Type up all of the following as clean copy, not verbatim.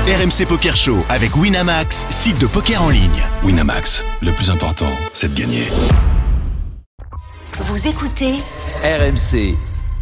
RMC Poker Show avec Winamax, site de poker en ligne. Winamax, le plus important, c'est de gagner. Vous écoutez RMC.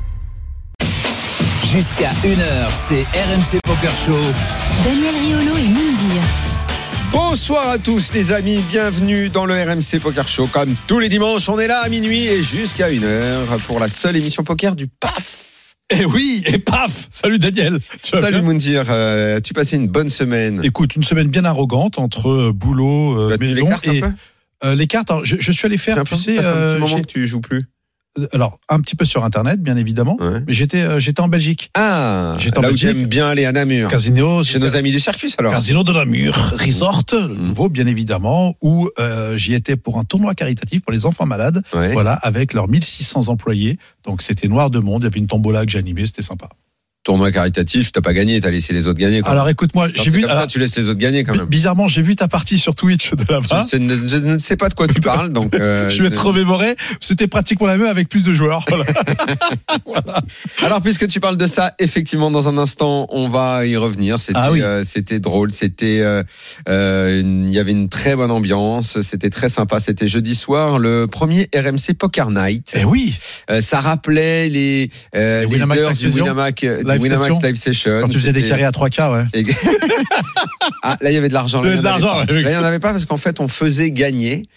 Jusqu'à 1h, c'est RMC Poker Show. Daniel Riolo et Moundir. Bonsoir à tous les amis, bienvenue dans le RMC Poker Show. Comme tous les dimanches, on est là à minuit et jusqu'à 1h pour la seule émission poker du PAF. Et oui, et paf. Salut Daniel. Salut Moundir, tu passais une bonne semaine? Écoute, une semaine bien arrogante entre boulot, maison les cartes et les cartes. Alors, je suis allé faire, tu sais, ça fait un petit moment que tu joues plus. Alors, un petit peu sur Internet, bien évidemment, ouais. Mais j'étais en Belgique. Ah, j'étais en là Belgique, où j'aime bien aller à Namur. Casino, chez nos amis du Circus, alors. Casino de Namur, Resort, nouveau, bien évidemment, où j'y étais pour un tournoi caritatif pour les enfants malades, Ouais. voilà, avec leurs 1600 employés. Donc, c'était noir de monde, il y avait une tombola que j'ai animée, c'était sympa. Tournoi caritatif, t'as pas gagné, t'as laissé les autres gagner. Quoi. Alors, écoute-moi, j'ai vu... Comme ça, tu laisses les autres gagner quand même. Bizarrement, j'ai vu ta partie sur Twitch de là-bas. Je ne sais pas de quoi tu parles, donc. Je vais te remémorer. C'était pratiquement la même avec plus de joueurs. Voilà. Voilà. Alors, puisque tu parles de ça, effectivement, dans un instant, on va y revenir. C'était, c'était drôle. C'était, il y avait une très bonne ambiance. C'était très sympa. C'était jeudi soir, le premier RMC Poker Night. Eh oui. Ça rappelait les Winamax heures Live du Winamax Live Session. Quand tu faisais des carrés à 3K, ouais. Ah, là, il y avait de l'argent. Là, il n'y en avait pas parce qu'en fait, on faisait gagner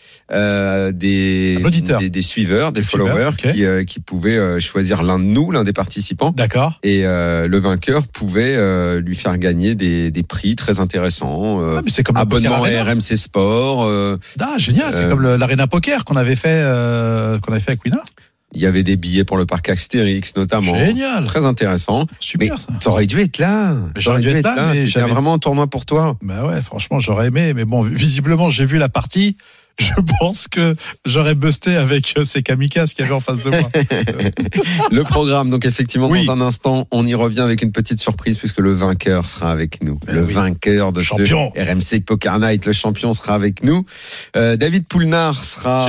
des suiveurs, des followers, okay, qui pouvaient choisir l'un de nous, l'un des participants. D'accord. Et le vainqueur pouvait lui faire gagner des prix très intéressants. Mais c'est comme abonnement à RMC Sport. Génial. C'est comme l'Arena Poker qu'on avait fait avec Wina. Il y avait des billets pour le parc Astérix, notamment. Génial. Très intéressant. Super, mais ça. T'aurais dû être là. J'aurais dû être là, mais c'était vraiment un tournoi pour toi. Bah ouais, franchement, j'aurais aimé. Mais bon, visiblement, j'ai vu la partie. Je pense que j'aurais busté avec ces kamikazes qu'il y avait en face de moi. Le programme, donc effectivement, oui. Dans un instant, on y revient avec une petite surprise puisque le vainqueur sera avec nous. Vainqueur de champion. Ce RMC Poker Night, le champion sera avec nous. David Poulnard sera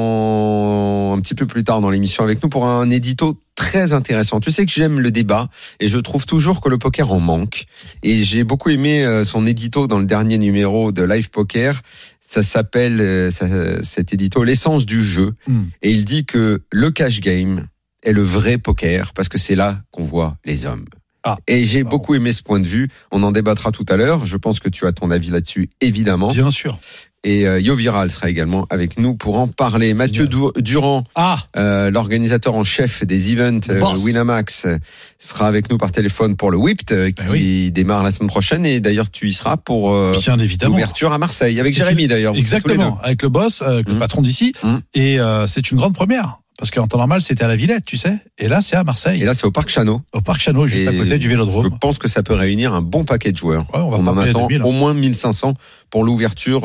un petit peu plus tard dans l'émission avec nous pour un édito très intéressant. Tu sais que j'aime le débat et je trouve toujours que le poker en manque. Et j'ai beaucoup aimé son édito dans le dernier numéro de Live Poker. Ça s'appelle, cet édito, l'essence du jeu. Et il dit que le cash game est le vrai poker parce que c'est là qu'on voit les hommes. Et j'ai beaucoup aimé ce point de vue. On en débattra tout à l'heure. Je pense que tu as ton avis là-dessus, évidemment. Bien sûr. Et Yo Viral sera également avec nous pour en parler. Mathieu Durand, l'organisateur en chef des events Winamax, sera avec nous par téléphone pour le Whipped qui démarre la semaine prochaine. Et d'ailleurs, tu y seras pour l'ouverture à Marseille avec Jérémy d'ailleurs. Exactement, avec le boss, avec le patron d'ici. Et c'est une grande première. Parce qu'en temps normal, c'était à la Villette, tu sais. Et là, c'est à Marseille. Et là, c'est au Parc Chano. Au Parc Chano, juste à côté du Vélodrome. Je pense que ça peut réunir un bon paquet de joueurs. Ouais, on en attend au moins 1500 pour l'ouverture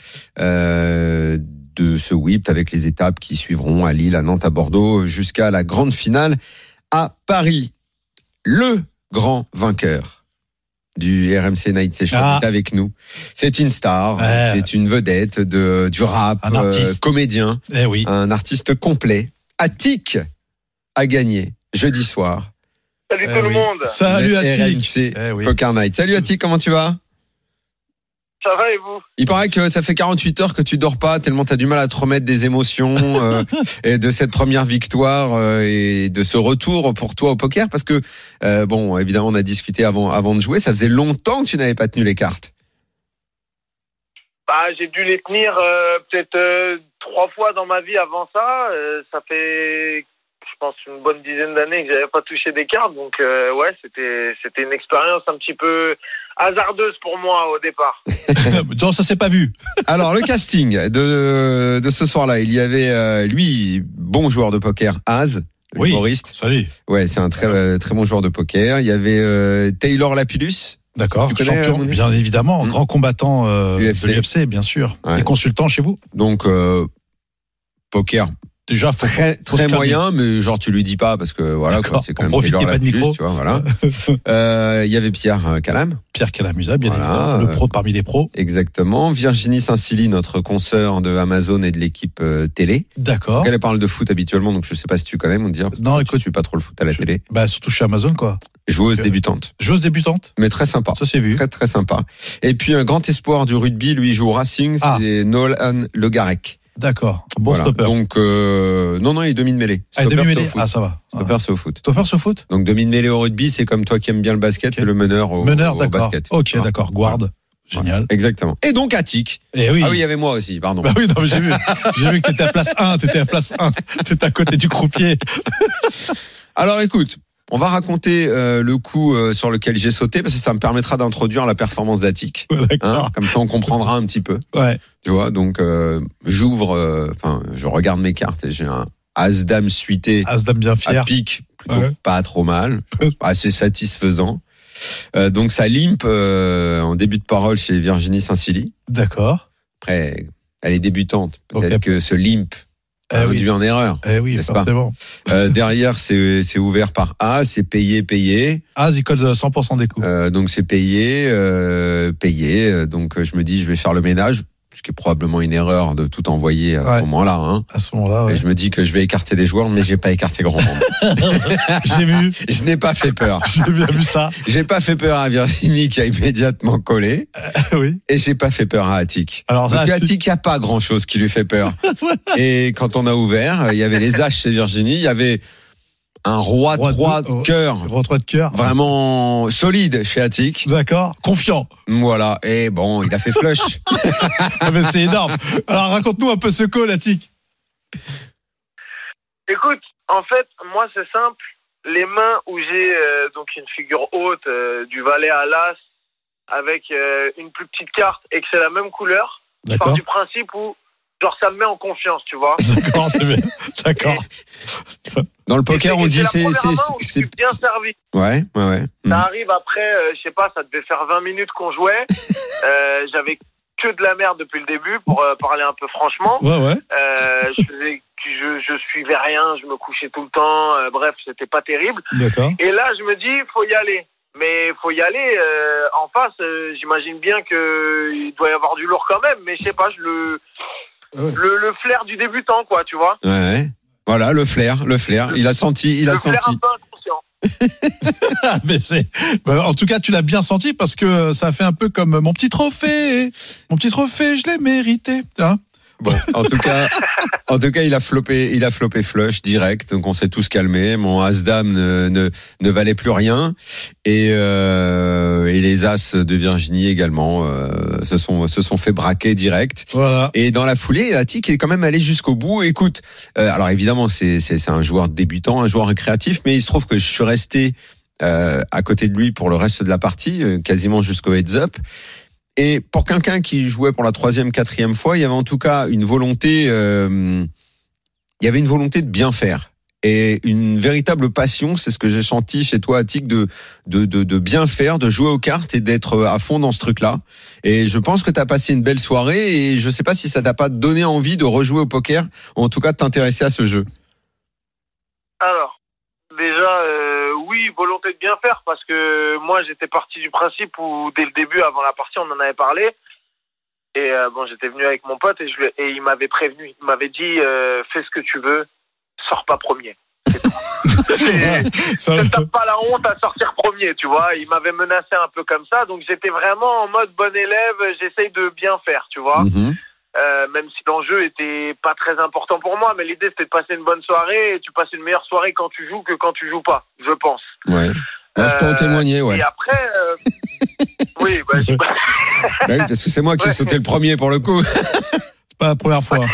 de ce whip avec les étapes qui suivront à Lille, à Nantes, à Bordeaux, jusqu'à la grande finale à Paris. Le grand vainqueur du RMC Night Session est avec nous. C'est une star, c'est une vedette du rap, un artiste, comédien, un artiste complet. Attic a gagné jeudi soir. Salut tout le monde. Salut Attic. RMC Poker Night. Salut Attic, comment tu vas? Ça va et vous? Il paraît que ça fait 48 heures que tu dors pas tellement tu as du mal à te remettre des émotions et de cette première victoire et de ce retour pour toi au poker parce que évidemment on a discuté avant de jouer, ça faisait longtemps que tu n'avais pas tenu les cartes. J'ai dû les tenir peut-être 3 fois dans ma vie avant ça. Ça fait, je pense, une bonne dizaine d'années que j'avais pas touché des cartes. Donc c'était une expérience un petit peu hasardeuse pour moi au départ. Non, ça s'est pas vu. Alors le casting de ce soir-là, il y avait bon joueur de poker, Az. Humoriste. Salut. Ouais, c'est un très très bon joueur de poker. Il y avait Taylor Lapillus. D'accord, champion, bien évidemment, grand combattant de l'UFC, bien sûr. Ouais. Et consultant chez vous. Donc, poker déjà très moyen, mais genre tu lui dis pas parce que voilà, quoi, c'est quand même profite Taylor pas de micro. Tu vois, voilà. Il y avait Pierre Calam. Pierre Calamusa, bien évidemment, le pro parmi les pros. Exactement. Virginie Saint-Silly, notre consoeur de Amazon et de l'équipe télé. D'accord. Donc elle parle de foot habituellement, donc je sais pas si tu connais, mon dire. Non, écoute, je suis pas trop le foot à la télé. Bah surtout chez Amazon, quoi. Joueuse débutante. Joueuse débutante. Mais très sympa. Ça c'est vu. Très très sympa. Et puis un grand espoir du rugby, lui joue au Racing, c'est Nolan Le Garec. D'accord. Bon voilà. stopper. Donc non, il est demi-mêlée. Demi-mêlée. Ah, ça va. Stopper, c'est au foot. Stopper, c'est au foot. Donc demi-mêlée au rugby, c'est comme toi qui aimes bien le basket, c'est le meneur au d'accord. basket. Ok, d'accord. Guard. Voilà. Génial. Voilà. Exactement. Et donc Attic. Et oui. Ah oui, il y avait moi aussi, pardon. Bah oui, non, mais j'ai vu que t'étais à place 1, t'étais à côté du croupier. Alors écoute, on va raconter le coup sur lequel j'ai sauté parce que ça me permettra d'introduire la performance d'Attic. D'accord. Comme ça on comprendra un petit peu. Ouais. Tu vois, donc je regarde mes cartes et j'ai un As-Dame suité. As-Dame bien fier. À pique, plutôt pas trop mal, assez satisfaisant. Donc ça limpe en début de parole chez Virginie Saint-Silly. D'accord. Après, elle est débutante. Peut-être que ce limp a réduit en erreur. Oui, forcément. Derrière, c'est ouvert par As, c'est payé. As, il colle 100% des coups. Donc c'est payé. Donc je me dis, je vais faire le ménage. Ce qui est probablement une erreur de tout envoyer à ce moment-là. À ce moment-là, Et je me dis que je vais écarter des joueurs, mais j'ai pas écarté grand monde. J'ai vu. Je n'ai pas fait peur. J'ai bien vu ça. J'ai pas fait peur à Virginie qui a immédiatement collé. Oui. Et j'ai pas fait peur à Attic. Alors, parce qu'Attic, il n'y a pas grand-chose qui lui fait peur. Et quand on a ouvert, il y avait les As chez Virginie, il y avait un roi 3 de cœur. Roi 3 de cœur. Vraiment solide chez Attic. D'accord. Confiant. Voilà. Et bon, il a fait flush. Mais c'est énorme. Alors, raconte-nous un peu ce call, Attic. Écoute, en fait, moi, c'est simple. Les mains où j'ai donc une figure haute du valet à l'as avec une plus petite carte et que c'est la même couleur, je pars du principe où genre ça me met en confiance, tu vois. D'accord, c'est bien. D'accord. Dans le poker, on dit c'est bien servi. Ouais. Ça arrive après, je sais pas, ça devait faire 20 minutes qu'on jouait. J'avais que de la merde depuis le début, pour parler un peu franchement. Ouais. Je suivais rien, je me couchais tout le temps. Bref, c'était pas terrible. D'accord. Et là, je me dis, faut y aller. Mais faut y aller en face. J'imagine bien que il doit y avoir du lourd quand même. Mais je sais pas, le flair du débutant, quoi, tu vois. Ouais. Voilà, le flair. Il a senti. Flair un peu inconscient. Mais en tout cas, tu l'as bien senti parce que ça a fait un peu comme mon petit trophée, je l'ai mérité. Hein. Bon, en tout cas, il a flopé flush direct, donc on s'est tous calmés. Mon As-Dame ne valait plus rien, et les As de Virginie également se sont fait braquer direct. Voilà. Et dans la foulée, Attic est quand même allé jusqu'au bout. Écoute, alors évidemment, c'est un joueur débutant, un joueur créatif, mais il se trouve que je suis resté à côté de lui pour le reste de la partie, quasiment jusqu'au heads-up. Et pour quelqu'un qui jouait pour la 3e, 4e fois, il y avait en tout cas une volonté, de bien faire. Et une véritable passion, c'est ce que j'ai senti chez toi, Attic, de bien faire, de jouer aux cartes et d'être à fond dans ce truc-là. Et je pense que tu as passé une belle soirée et je sais pas si ça t'a pas donné envie de rejouer au poker, ou en tout cas de t'intéresser à ce jeu. Alors, déjà, oui, volonté de bien faire, parce que moi, j'étais parti du principe où, dès le début, avant la partie, on en avait parlé. Et j'étais venu avec mon pote et il m'avait prévenu. Il m'avait dit, fais ce que tu veux, sors pas premier. C'est tout. Ne tape pas la honte à sortir premier, tu vois. Il m'avait menacé un peu comme ça. Donc, j'étais vraiment en mode bon élève, j'essaye de bien faire, tu vois. Mm-hmm. Même si l'enjeu était pas très important pour moi, mais l'idée c'était de passer une bonne soirée, et tu passes une meilleure soirée quand tu joues que quand tu joues pas, je pense. Ouais. Moi, je peux en témoigner, ouais. Et après, oui, oui, parce que c'est moi qui ai sauté le premier pour le coup. C'est pas la première fois.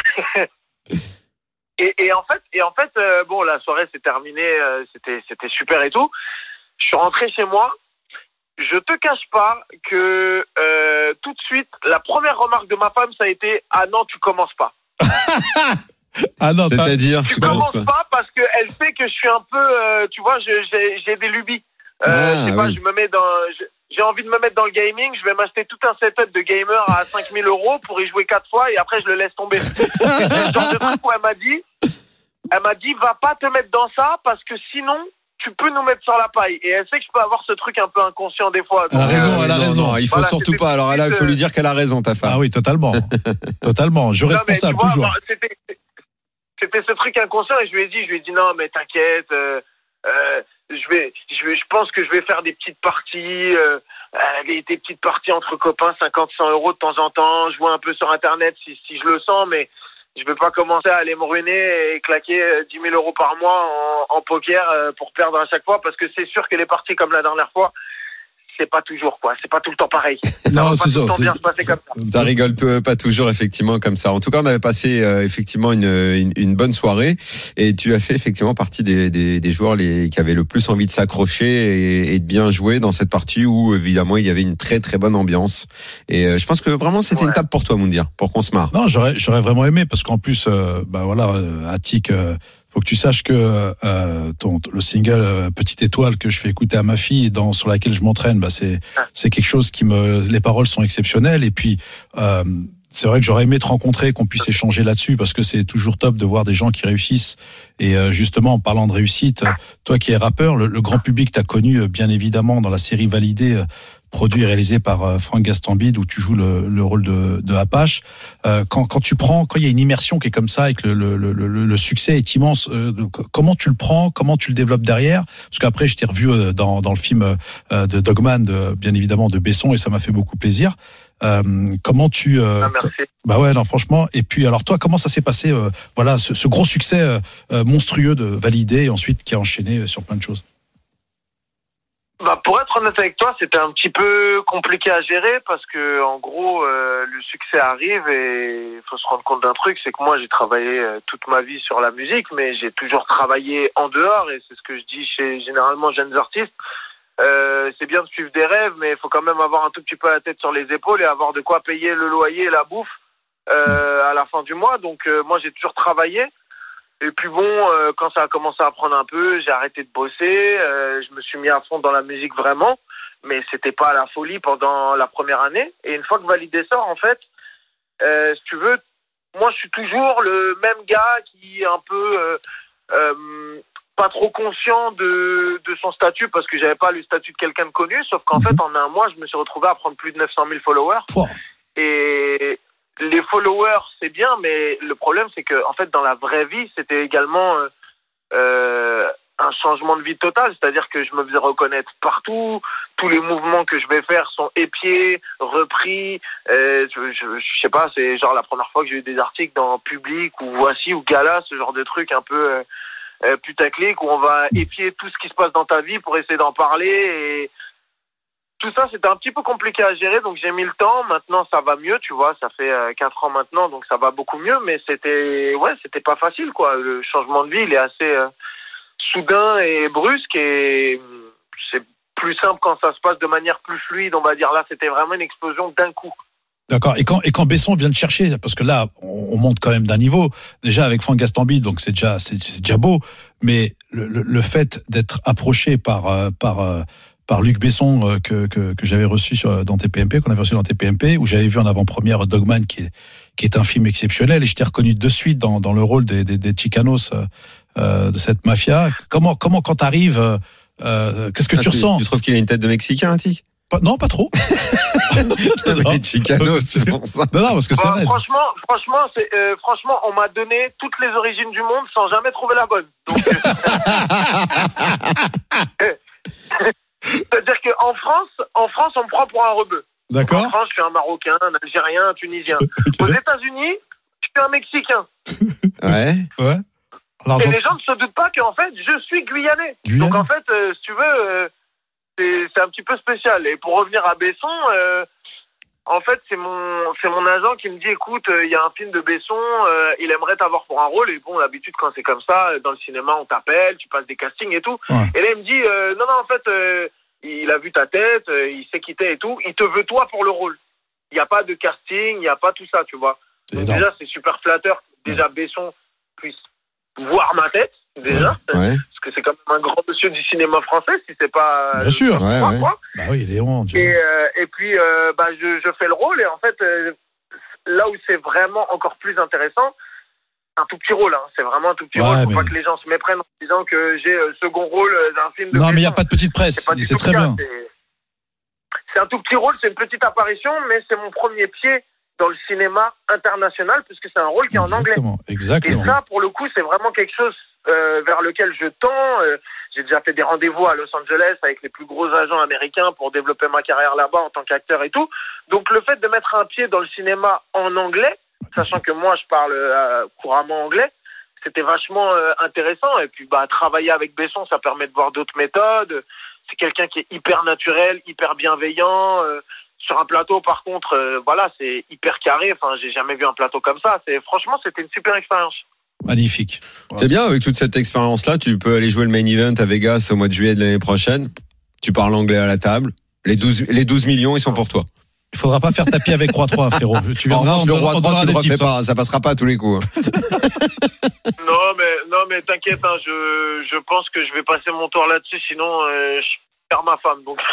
Et en fait, bon, la soirée s'est terminée, c'était super et tout. Je suis rentré chez moi. Je te cache pas que tout de suite, la première remarque de ma femme, ça a été « Ah non, tu commences pas ». Ah non, c'est-à-dire tu commences pas parce qu'elle sait que je suis un peu, tu vois, j'ai des lubies. Je sais pas, j'ai envie de me mettre dans le gaming, je vais m'acheter tout un setup de gamer à 5 000 € pour y jouer 4 fois et après je le laisse tomber. C'est le genre de truc où elle m'a dit Elle m'a dit, va pas te mettre dans ça parce que sinon, tu peux nous mettre sur la paille. Et elle sait que je peux avoir ce truc un peu inconscient des fois. Elle a raison, elle a raison. Non, il faut surtout pas. Alors là, il faut lui dire qu'elle a raison, ta femme. Ah oui, totalement. Totalement. Je responsable, vois, toujours. C'était ce truc inconscient et je lui ai dit non, mais t'inquiète, je pense que je vais faire des petites parties, des petites parties entre copains, 50-100 euros de temps en temps, jouer un peu sur Internet si je le sens, mais je vais pas commencer à aller me ruiner et claquer 10 000 euros par mois en poker pour perdre à chaque fois, parce que c'est sûr que les parties comme la dernière fois, c'est pas toujours, quoi. C'est pas tout le temps pareil. Non, c'est ça. Bien se passer comme ça. Ça rigole pas toujours, effectivement, comme ça. En tout cas, on avait passé effectivement une bonne soirée et tu as fait effectivement partie des joueurs qui avaient le plus envie de s'accrocher et de bien jouer dans cette partie où, évidemment, il y avait une très très bonne ambiance. Et je pense que vraiment, c'était une table pour toi, Moundir, pour qu'on se marre. Non, j'aurais vraiment aimé parce qu'en plus, Attic, faut que tu saches que le single Petite Étoile que je fais écouter à ma fille sur laquelle je m'entraîne, c'est quelque chose les paroles sont exceptionnelles et puis c'est vrai que j'aurais aimé te rencontrer, qu'on puisse échanger là-dessus parce que c'est toujours top de voir des gens qui réussissent et justement en parlant de réussite, toi qui es rappeur, le grand public t'a connu bien évidemment dans la série Validé, produit et réalisé par Franck Gastambide où tu joues le rôle de Apache. Quand il y a une immersion qui est comme ça et que le succès est immense, comment tu le prends, comment tu le développes derrière? Parce qu'après je t'ai revu dans le film de Dogman, bien évidemment de Besson et ça m'a fait beaucoup plaisir. Comment tu merci. Bah ouais, non, franchement. Et puis alors toi, comment ça s'est passé ce gros succès monstrueux de Validé et ensuite qui a enchaîné sur plein de choses? Pour être honnête avec toi, c'était un petit peu compliqué à gérer parce que, en gros, le succès arrive et il faut se rendre compte d'un truc, c'est que moi, j'ai travaillé toute ma vie sur la musique, mais j'ai toujours travaillé en dehors et c'est ce que je dis chez généralement jeunes artistes. C'est bien de suivre des rêves, mais il faut quand même avoir un tout petit peu la tête sur les épaules et avoir de quoi payer le loyer et la bouffe à la fin du mois. Donc, moi, j'ai toujours travaillé. Et puis bon, quand ça a commencé à prendre un peu, j'ai arrêté de bosser, je me suis mis à fond dans la musique vraiment, mais c'était pas la folie pendant la première année. Et une fois que Validé sort, en fait, si tu veux, moi je suis toujours le même gars qui est un peu pas trop conscient de son statut parce que j'avais pas le statut de quelqu'un de connu, sauf qu'en fait en un mois, je me suis retrouvé à prendre plus de 900 000 followers. Wow. Et les followers, c'est bien, mais le problème, c'est que, en fait, dans la vraie vie, c'était également un changement de vie total. C'est-à-dire que je me faisais reconnaître partout. Tous les mouvements que je vais faire sont épiés, repris. Je sais pas, c'est genre la première fois que j'ai eu des articles dans Public ou Voici ou Gala, ce genre de truc un peu putaclic où on va épier tout ce qui se passe dans ta vie pour essayer d'en parler et tout ça, c'était un petit peu compliqué à gérer, donc j'ai mis le temps. Maintenant, ça va mieux, tu vois. Ça fait 4 ans maintenant, donc ça va beaucoup mieux. Mais c'était pas facile, quoi. Le changement de vie, il est assez soudain et brusque. Et c'est plus simple quand ça se passe de manière plus fluide, on va dire. Là, c'était vraiment une explosion d'un coup. D'accord. Et quand Besson vient te chercher, parce que là, on monte quand même d'un niveau. Déjà avec Franck Gastambide, donc c'est déjà beau. Mais le fait d'être approché par Luc Besson que j'avais reçu dans TPMP, qu'on avait reçu dans TPMP, où j'avais vu en avant-première Dogman qui est un film exceptionnel et je t'ai reconnu de suite dans le rôle des Chicanos de cette mafia. Comment quand t'arrives, qu'est-ce que tu ressens? Tu trouves qu'il a une tête de Mexicain, Attic? Non, pas trop. Les Chicanos, c'est bon ça. Non, parce que c'est vrai. Franchement, on m'a donné toutes les origines du monde sans jamais trouver la bonne. Donc, c'est-à-dire qu'en France, on me prend pour un rebeu. D'accord. En France, je suis un Marocain, un Algérien, un Tunisien. Okay. Aux États-Unis, je suis un Mexicain. Ouais. Et les gens ne se doutent pas qu'en fait, je suis Guyanais. Donc en fait, si tu veux, c'est un petit peu spécial. Et pour revenir à Besson, en fait, c'est mon agent qui me dit, écoute, il y a un film de Besson, il aimerait t'avoir pour un rôle. Et bon, d'habitude, quand c'est comme ça, dans le cinéma, on t'appelle, tu passes des castings et tout. Ouais. Et là, il me dit, non, en fait, il a vu ta tête, il sait qui t'es et tout. Il te veut toi pour le rôle. Il n'y a pas de casting, il n'y a pas tout ça, tu vois. Donc déjà, c'est super flatteur. Déjà, Besson puisse voir ma tête, déjà. Ouais. Parce que c'est quand même un grand monsieur du cinéma français, si c'est pas... Bien sûr. Quoi. Bah oui, il est rond. Et puis, je fais le rôle. Et en fait, là où c'est vraiment encore plus intéressant, un tout petit rôle, hein. C'est vraiment un tout petit rôle. Faut pas que les gens se méprennent en disant que j'ai second rôle d'un film de Non, pression. mais il n'y a pas de petite presse. C'est très bien. C'est un tout petit rôle, c'est une petite apparition, mais c'est mon premier pied dans le cinéma international, puisque c'est un rôle qui est en anglais. Exactement. Et ça, pour le coup, c'est vraiment quelque chose vers lequel je tends. J'ai déjà fait des rendez-vous à Los Angeles avec les plus gros agents américains pour développer ma carrière là-bas en tant qu'acteur et tout. Donc le fait de mettre un pied dans le cinéma en anglais, sachant que moi je parle couramment anglais, c'était vachement intéressant. Et puis travailler avec Besson, ça permet de voir d'autres méthodes. C'est quelqu'un qui est hyper naturel, hyper bienveillant. Sur un plateau, par contre, c'est hyper carré. Enfin, j'ai jamais vu un plateau comme ça. Franchement, c'était une super expérience. Magnifique. C'est bien, avec toute cette expérience-là, tu peux aller jouer le main event à Vegas au mois de juillet de l'année prochaine. Tu parles anglais à la table. Les 12 millions, ils sont pour toi. Il faudra pas faire tapis avec Roi 3, frérot. Tu verras, le Roi 3, tu le refais pas. Ça passera pas à tous les coups. Non, mais t'inquiète, hein, je pense que je vais passer mon tour là-dessus, sinon je perds ma femme. Donc.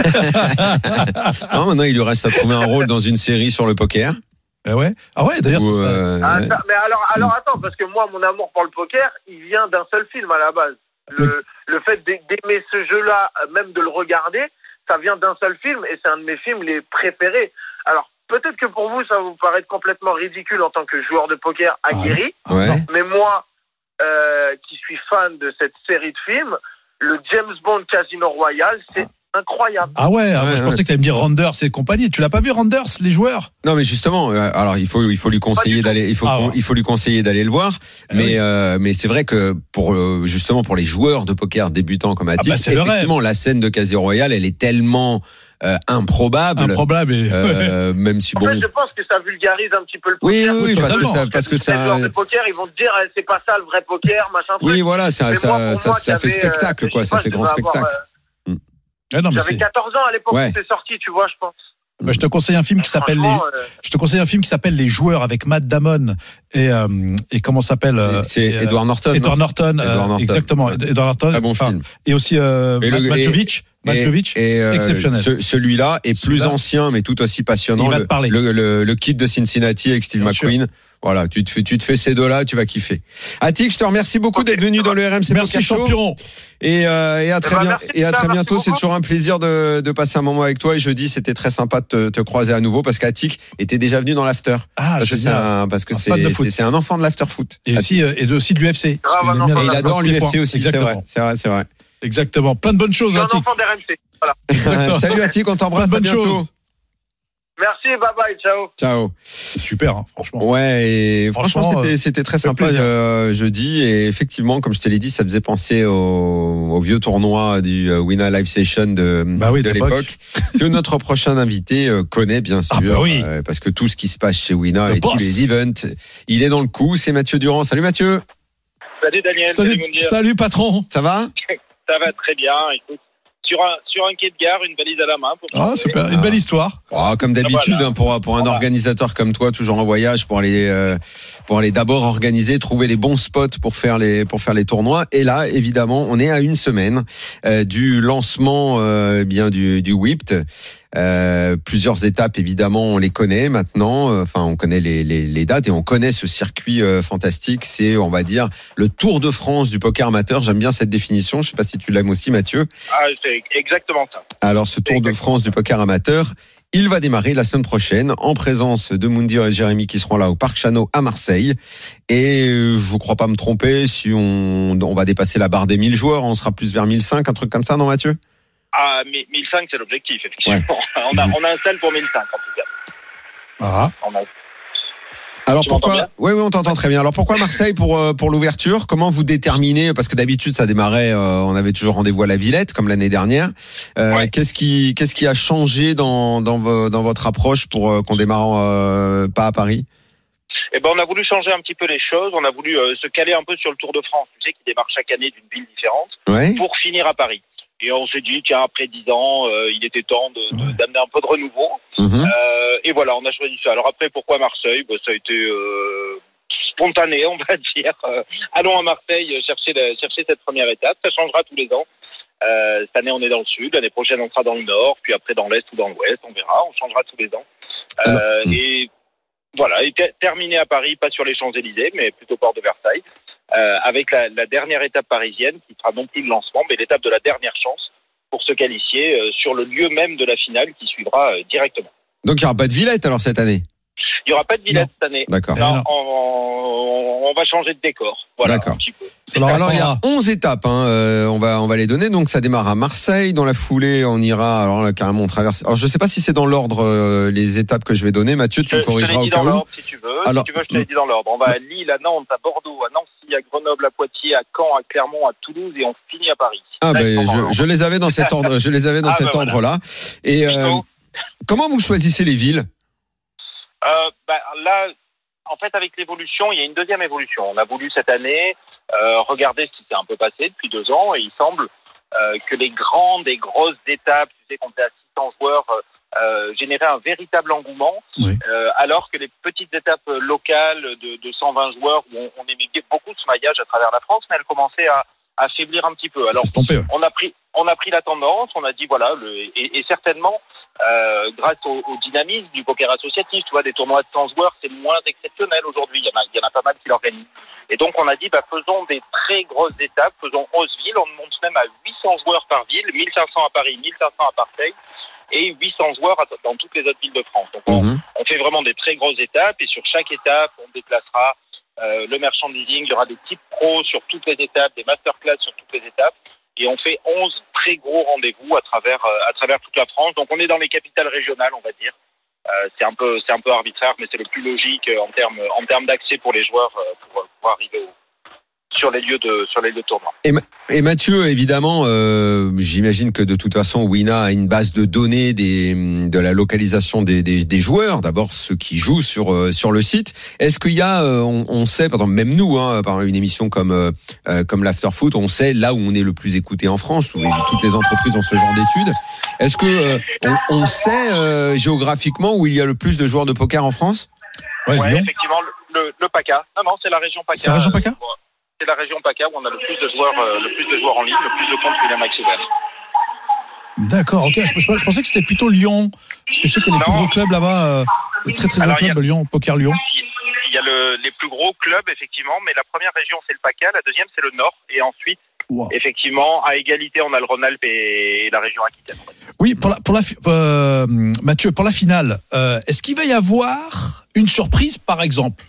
Non, maintenant, il lui reste à trouver un rôle dans une série sur le poker. Ah ouais, d'ailleurs, c'est ça. Mais alors attends, parce que moi, mon amour pour le poker, il vient d'un seul film à la base. Le fait d'aimer ce jeu-là, même de le regarder, ça vient d'un seul film et c'est un de mes films les préférés. Alors, peut-être que pour vous, ça va vous paraître complètement ridicule en tant que joueur de poker aguerri, mais moi, qui suis fan de cette série de films, le James Bond Casino Royale, c'est incroyable. Je pensais que tu allais me dire Randers et compagnie. Tu l'as pas vu Randers, les joueurs? Non, mais justement, alors il faut lui conseiller d'aller, il faut lui conseiller d'aller le voir. Mais c'est vrai que pour les joueurs de poker débutants comme Attic, effectivement, la scène de Casino Royale, elle est tellement improbable et même si en fait, je pense que ça vulgarise un petit peu le poker. Oui, parce que ça. Les joueurs de poker, ils vont te dire, c'est pas ça le vrai poker, machin. Oui, voilà, ça fait spectacle, quoi. Ça fait grand spectacle. J'avais 14 ans à l'époque où c'est sorti, tu vois, je pense. Je te conseille un film qui s'appelle Les Joueurs avec Matt Damon et comment s'appelle c'est Edward Norton. Edward Norton, exactement. Edward Norton. Un bon film. Et aussi Matjovic. Exceptionnel. Celui-là est plus ancien, mais tout aussi passionnant. Il va te parler. Le Kid de Cincinnati avec Steve McQueen. Voilà, tu te fais ces deux-là, tu vas kiffer. Attic, je te remercie beaucoup d'être venu dans le RMC. Merci champion. Et à très bientôt. C'est toujours un plaisir de passer un moment avec toi. Et jeudi, c'était très sympa de te croiser à nouveau parce qu'Attic était déjà venu dans l'after. Parce que c'est un enfant de l'after foot. Et aussi de l'UFC. Il adore l'UFC aussi. Exactement. C'est vrai. Exactement. Plein de bonnes choses, Attic. Un enfant d'RMC. Voilà. Salut Attic, on t'embrasse. Plein de bonnes choses. Merci, bye bye, ciao. Super, hein, franchement. Ouais, et franchement, c'était très sympa jeudi. Et effectivement, comme je te l'ai dit, ça faisait penser au vieux tournoi du Winner Live Session de l'époque, que notre prochain invité connaît bien sûr, parce que tout ce qui se passe chez Winner et tous les events, il est dans le coup. C'est Mathieu Durand. Salut Mathieu. Salut Daniel. Salut patron. Ça va? Ça va très bien. Écoute. Sur un quai de gare, une valise à la main. Super, une belle histoire. Comme d'habitude, pour un organisateur comme toi, toujours en voyage, pour aller d'abord organiser, trouver les bons spots pour faire les tournois. Et là, évidemment, on est à une semaine du lancement du WIPT. Plusieurs étapes, évidemment, on les connaît maintenant. Enfin, on connaît les dates et on connaît ce circuit fantastique. C'est, on va dire, le Tour de France du poker amateur. J'aime bien cette définition. Je sais pas si tu l'aimes aussi, Mathieu. C'est exactement ça. Alors, ce Tour de France du poker amateur, il va démarrer la semaine prochaine en présence de Moundir et Jérémy qui seront là au Parc Chano à Marseille. Et je ne crois pas me tromper, si on va dépasser la barre des 1000 joueurs, on sera plus vers 1005, un truc comme ça, non Mathieu? 1005, c'est l'objectif, effectivement. Ouais. On a un salle pour 1005, en tout cas. Alors pourquoi? Oui, on t'entend très bien. Alors pourquoi Marseille pour l'ouverture? Comment vous déterminez? Parce que d'habitude ça démarrait, on avait toujours rendez-vous à la Villette comme l'année dernière. Qu'est-ce qui a changé dans votre approche pour qu'on démarre pas à Paris? On a voulu changer un petit peu les choses. On a voulu se caler un peu sur le Tour de France, tu sais, qui démarre chaque année d'une ville différente, pour finir à Paris. Et on s'est dit, tiens, après 10 ans, il était temps d'amener un peu de renouveau. Et voilà, on a choisi ça. Alors après, pourquoi Marseille? Ça a été spontané, on va dire. Allons à Marseille chercher cette première étape. Ça changera tous les ans. Cette année, on est dans le sud. L'année prochaine, on sera dans le nord. Puis après, dans l'est ou dans l'ouest. On verra. On changera tous les ans. Et Voilà, et terminé à Paris, pas sur les Champs-Élysées, mais plutôt port de Versailles, avec la dernière étape parisienne, qui sera non plus le lancement, mais l'étape de la dernière chance pour se qualifier sur le lieu même de la finale qui suivra directement. Donc il n'y aura pas de Villette alors cette année? Il n'y aura pas de Villette cette année. D'accord. Non, on va changer de décor. Voilà, d'accord. Un petit peu. Alors il y a 11 étapes, on va les donner. Donc ça démarre à Marseille. Dans la foulée, on ira. Alors là, carrément, on traverse. Alors je ne sais pas si c'est dans l'ordre les étapes que je vais donner. Mathieu, tu me corrigeras au cas où. Si tu veux, je te l'ai dit dans l'ordre. On va à Lille, à Nantes, à Bordeaux, à Nancy, à Grenoble, à Poitiers, à Caen, à Clermont, à Toulouse, et on finit à Paris. Ah ben je les avais dans cet ordre. Je les avais dans cet ordre-là. Et comment vous choisissez les villes? Là, en fait, avec l'évolution, il y a une deuxième évolution. On a voulu cette année regarder ce qui s'est un peu passé depuis 2 ans, et il semble que les grandes et grosses étapes, tu sais, qu'on était à 600 joueurs, généraient un véritable engouement, alors que les petites étapes locales de 120 joueurs, où on aimait beaucoup ce maillage à travers la France, mais elles commençaient à affaiblir un petit peu. Alors, on a pris la tendance, on a dit voilà, et certainement grâce au dynamisme du poker associatif, tu vois, des tournois de 100 joueurs, c'est moins exceptionnel aujourd'hui. Il y en a pas mal qui l'organisent. Et donc on a dit faisons des très grosses étapes, faisons 11 villes, on monte même à 800 joueurs par ville, 1500 à Paris, 1500 à Marseille, et 800 joueurs dans toutes les autres villes de France. Donc on fait vraiment des très grosses étapes, et sur chaque étape, on déplacera le merchandising, il y aura des types pros sur toutes les étapes, des masterclass sur toutes les étapes, et on fait 11 très gros rendez-vous à travers toute la France. Donc on est dans les capitales régionales, on va dire. C'est un peu arbitraire, mais c'est le plus logique en termes d'accès pour les joueurs pour arriver sur les lieux de tournoi. Et Mathieu, évidemment, j'imagine que de toute façon, Wina a une base de données de la localisation des joueurs. D'abord, ceux qui jouent sur le site. Est-ce qu'il y a, on sait, par exemple, même nous, par une émission comme l'Afterfoot, on sait là où on est le plus écouté en France, où toutes les entreprises ont ce genre d'études. Est-ce que on sait géographiquement où il y a le plus de joueurs de poker en France? Ouais, effectivement, le PACA. Non, c'est la région PACA. C'est la région PACA? C'est la région PACA où on a le plus de joueurs en ligne, le plus de comptes Winamax ouverts. D'accord, ok. Je pensais que c'était plutôt Lyon, parce que je sais qu'il y a des plus gros clubs là-bas, très gros clubs, Lyon, Poker Lyon. Il y a les plus gros clubs effectivement, mais la première région c'est le PACA, la deuxième c'est le Nord, et ensuite effectivement à égalité on a le Rhône-Alpes et la région Aquitaine. Oui, Mathieu, pour la finale, est-ce qu'il va y avoir une surprise par exemple?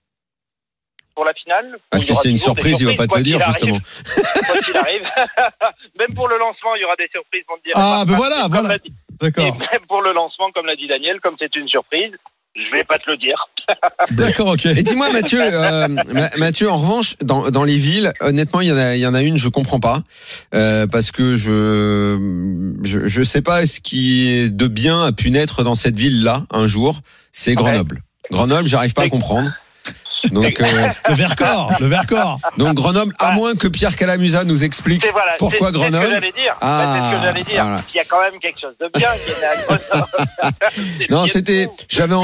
Pour la finale, si c'est une surprise, il va pas te le dire justement. Quoi qu'il arrive, même pour le lancement, il y aura des surprises. Voilà. D'accord. Et même pour le lancement, comme l'a dit Daniel, comme c'est une surprise, je vais pas te le dire. D'accord, ok. Et dis-moi, Mathieu, en revanche, dans les villes, honnêtement, il y en a une, je comprends pas, parce que je sais pas ce qui de bien a pu naître dans cette ville-là un jour. C'est Grenoble. Grenoble, j'arrive pas à comprendre. Donc le Vercors. Donc Grenoble, à moins que Pierre Calamusa nous explique pourquoi Grenoble. C'est ce que j'allais dire. C'est ce que j'allais dire. Voilà. Il y a quand même quelque chose de bien qui est né à Grenoble. Non, j'avais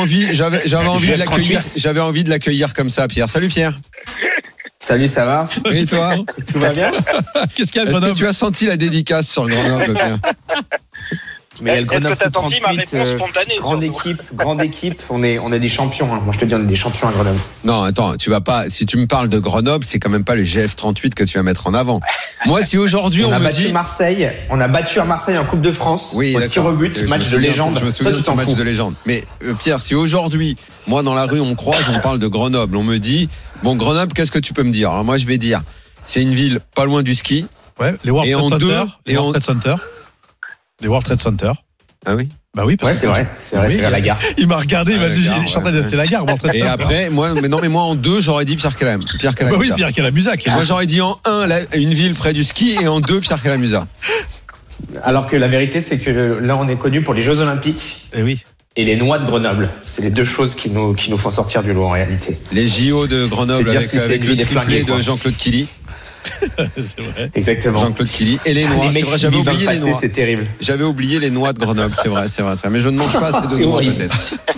envie de l'accueillir comme ça, Pierre. Salut Pierre. Salut, ça va? Et toi? Tout va bien? Qu'est-ce qu'il y a Grenoble? Est-ce que tu as senti la dédicace sur Grenoble, Pierre? Mais il y a le Grenoble Foot 38, grande équipe, on est des champions. Moi, je te dis, on est des champions à Grenoble. Non, attends, tu vas pas. Si tu me parles de Grenoble, c'est quand même pas le GF38 que tu vas mettre en avant. Moi, si aujourd'hui on me dit Marseille, on a battu à Marseille en Coupe de France. Oui, au tir au but, match de légende. Je me souviens de ce match de légende. Mais Pierre, si aujourd'hui, moi dans la rue, on me croise, on parle de Grenoble, on me dit, bon, Grenoble, qu'est-ce que tu peux me dire? Alors moi, je vais dire, c'est une ville pas loin du ski. Ouais, les World Trade Center. Les World Trade Center. Ah oui? Bah oui, parce que c'est vrai, la gare. Il m'a regardé, il m'a dit, c'est la gare. Et après, moi en 2, j'aurais dit Pierre Calamusa. Bah oui, Pierre Calamusa. Moi, j'aurais dit en 1, une ville près du ski, et en 2, Pierre Calamusa. Alors que la vérité, c'est que là, on est connu pour les Jeux Olympiques. Et oui. Et les noix de Grenoble. C'est les deux choses qui nous font sortir du lot en réalité. Les JO de Grenoble avec le triplé de Jean-Claude Killy. C'est vrai. Exactement. Jean-Claude Killy et les noix. C'est vrai, j'avais oublié les noix. C'est terrible. J'avais oublié les noix de Grenoble. C'est vrai. Mais je ne mange pas assez de noix peut-être.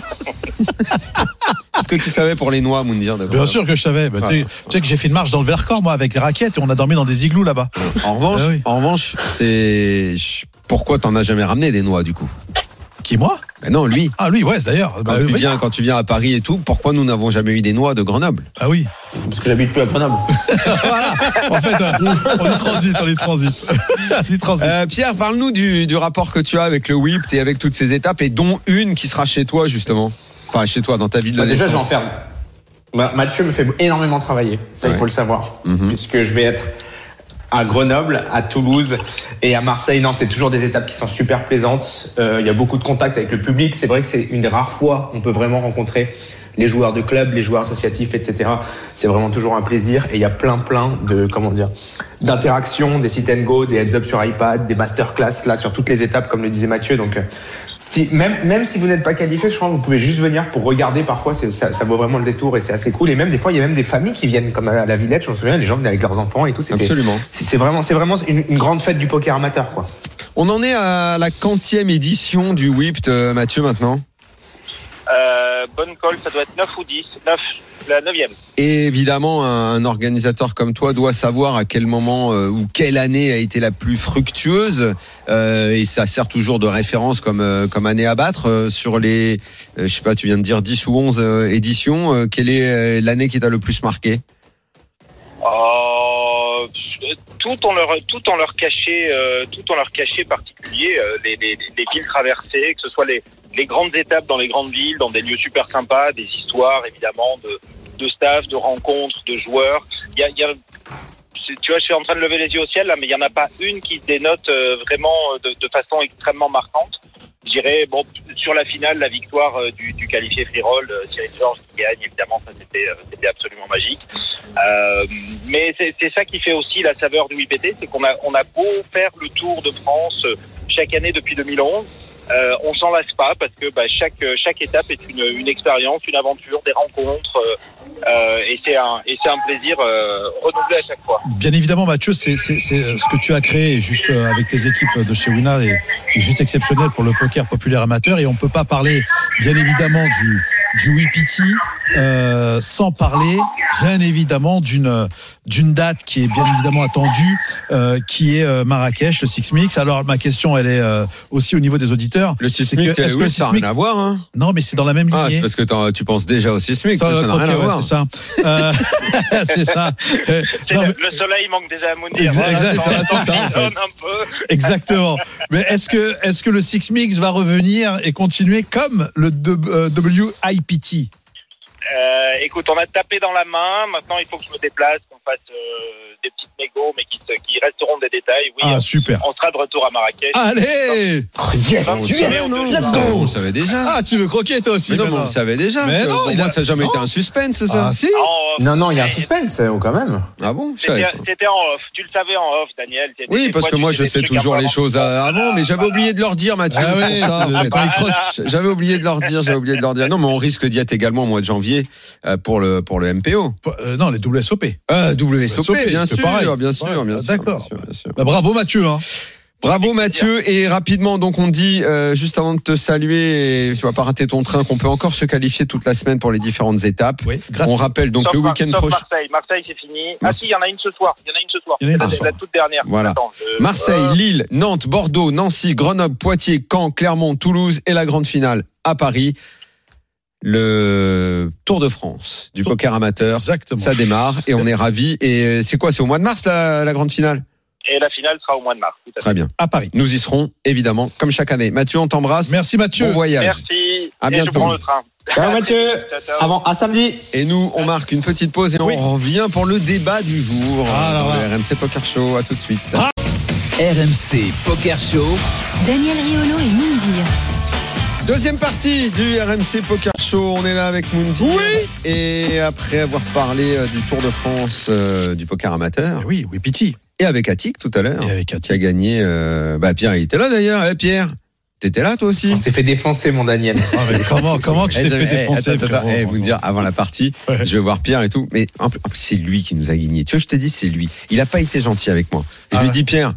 Est-ce que tu savais pour les noix, Moundir? Bien sûr que je savais. Tu sais que j'ai fait une marche dans le Vercors, moi, avec les raquettes, et on a dormi dans des igloos là-bas. En revanche, c'est pourquoi t'en as jamais ramené des noix du coup? Qui, moi? Non, lui. Ah, lui, ouais, d'ailleurs. Quand tu viens à Paris et tout, pourquoi nous n'avons jamais eu des noix de Grenoble? Ah oui. Parce que j'habite plus à Grenoble. Voilà. En fait, on y transite. Pierre, parle-nous du rapport que tu as avec le Whipped et avec toutes ces étapes, et dont une qui sera chez toi, justement. Enfin, chez toi, dans ta ville de naissance. Déjà, j'en ferme. Mathieu me fait énormément travailler. Ça, il faut le savoir. Puisque je vais être à Grenoble, à Toulouse et à Marseille. Non, c'est toujours des étapes qui sont super plaisantes. Il y a beaucoup de contacts avec le public. C'est vrai que c'est une des rares fois où on peut vraiment rencontrer les joueurs de club, les joueurs associatifs, etc. C'est vraiment toujours un plaisir. Et il y a plein de, d'interactions, des sit and go, des heads up sur iPad, des masterclass là sur toutes les étapes, comme le disait Mathieu. Donc, même si vous n'êtes pas qualifié, je crois que vous pouvez juste venir pour regarder. Parfois, ça vaut vraiment le détour et c'est assez cool. Et même des fois, il y a même des familles qui viennent, comme à la Villette. Je me souviens, les gens venaient avec leurs enfants et tout. Absolument. C'est vraiment une grande fête du poker amateur, quoi. On en est à la 40e édition du Whipped, Mathieu, maintenant. Bonne colle, ça doit être 9 ou 10. 9, la 9e. Et évidemment, un organisateur comme toi doit savoir à quel moment ou quelle année a été la plus fructueuse. Et ça sert toujours de référence comme année à battre. Sur les, je sais pas, tu viens de dire 10 ou 11 éditions, quelle est l'année qui t'a le plus marqué? Tout en leur cachet particulier, les villes traversées, que ce soit les grandes étapes dans les grandes villes, dans des lieux super sympas, des histoires évidemment de staff, de rencontres, de joueurs. Tu vois, je suis en train de lever les yeux au ciel là, mais il y en a pas une qui se dénote vraiment de façon extrêmement marquante. Je dirais, sur la finale, la victoire du qualifié free roll, Cyril Georges qui gagne, évidemment, ça c'était absolument magique. Mais c'est ça qui fait aussi la saveur du IPT, c'est qu'on a beau faire le Tour de France chaque année depuis 2011, on s'en lasse pas parce que chaque étape est une expérience, une aventure, des rencontres, et c'est un plaisir renouvelé à chaque fois. Bien évidemment, Mathieu, c'est ce que tu as créé juste avec tes équipes de chez Winner est juste exceptionnel pour le poker populaire amateur, et on peut pas parler bien évidemment du WPT sans parler bien évidemment d'une date qui est bien évidemment attendue, qui est Marrakech, le Six Mix. Alors ma question, elle est aussi au niveau des auditeurs. Le Six Mix, ça n'a rien à voir, hein? Non, mais c'est dans la même lignée. C'est parce que tu penses déjà au Six Mix, ça n'a rien à voir. C'est ça. C'est ça. Le soleil manque déjà à Mounir. Exactement. Mais est-ce que le Six Mix va revenir et continuer comme le WIPT? Écoute, on a tapé dans la main. Maintenant, il faut que je me déplace, qu'on fasse des petites négos, mais qui resteront des détails. Oui, super. On sera de retour à Marrakech. Allez, yes, let's go. On le savait déjà. Ah, tu veux croquer toi aussi? Mais non, on le savait déjà. Mais non, moi, ça n'a jamais été un suspense, ça. Ah si. Non, il y a un suspense quand même. Ah bon? C'était en off. Tu le savais en off, Daniel. Oui, parce que moi, je sais toujours les choses avant, mais j'avais oublié de leur dire, Mathieu. J'avais oublié de leur dire. Non, mais on risque d'y être également au mois de janvier pour le MPO. Non, les WSOP. WSOP, bien sûr. D'accord. Bravo Mathieu. Bravo Mathieu, et rapidement donc on dit juste avant de te saluer, et tu vas pas rater ton train, qu'on peut encore se qualifier toute la semaine pour les différentes étapes. Oui, on rappelle donc le week-end prochain. Marseille c'est fini. Ah si, il y en a une ce soir. C'est la toute dernière. Voilà. Attends, Marseille, Lille, Nantes, Bordeaux, Nancy, Grenoble, Poitiers, Caen, Clermont, Toulouse et la grande finale à Paris. Le Tour de France du poker amateur. Exactement. Ça démarre et on est ravis. Et c'est quoi? C'est au mois de mars la grande finale? Et la finale sera au mois de mars. Très bien. À Paris. Nous y serons, évidemment, comme chaque année. Mathieu, on t'embrasse. Merci Mathieu. Bon voyage. Merci. À bientôt. Je prends le train. Ciao Mathieu. À samedi. Et nous, on marque une petite pause et on revient pour le débat du jour. Le RMC Poker Show. À tout de suite. RMC Poker Show. Daniel Riolo et Moundir. Deuxième partie du RMC Poker Show. On est là avec Moundir. Oui. Et après avoir parlé du Tour de France du poker amateur. Oui, WPT. Et avec Attic tout à l'heure. Et avec Attic. Qui a gagné. Pierre, il était là d'ailleurs. Pierre, t'étais là toi aussi? On s'est fait défoncer, mon Daniel. Comment que je t'ai fait défoncer? Vous dire avant la partie, je vais voir Pierre et tout. Mais en plus, c'est lui qui nous a gagné. Tu vois, je te dis, c'est lui. Il a pas été gentil avec moi. Je lui dis, Pierre.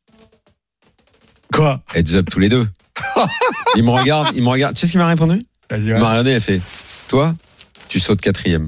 Quoi? Heads up tous les deux. Il me regarde. Tu sais ce qu'il m'a répondu? Il m'a regardé, il a fait, toi, tu sautes 4e.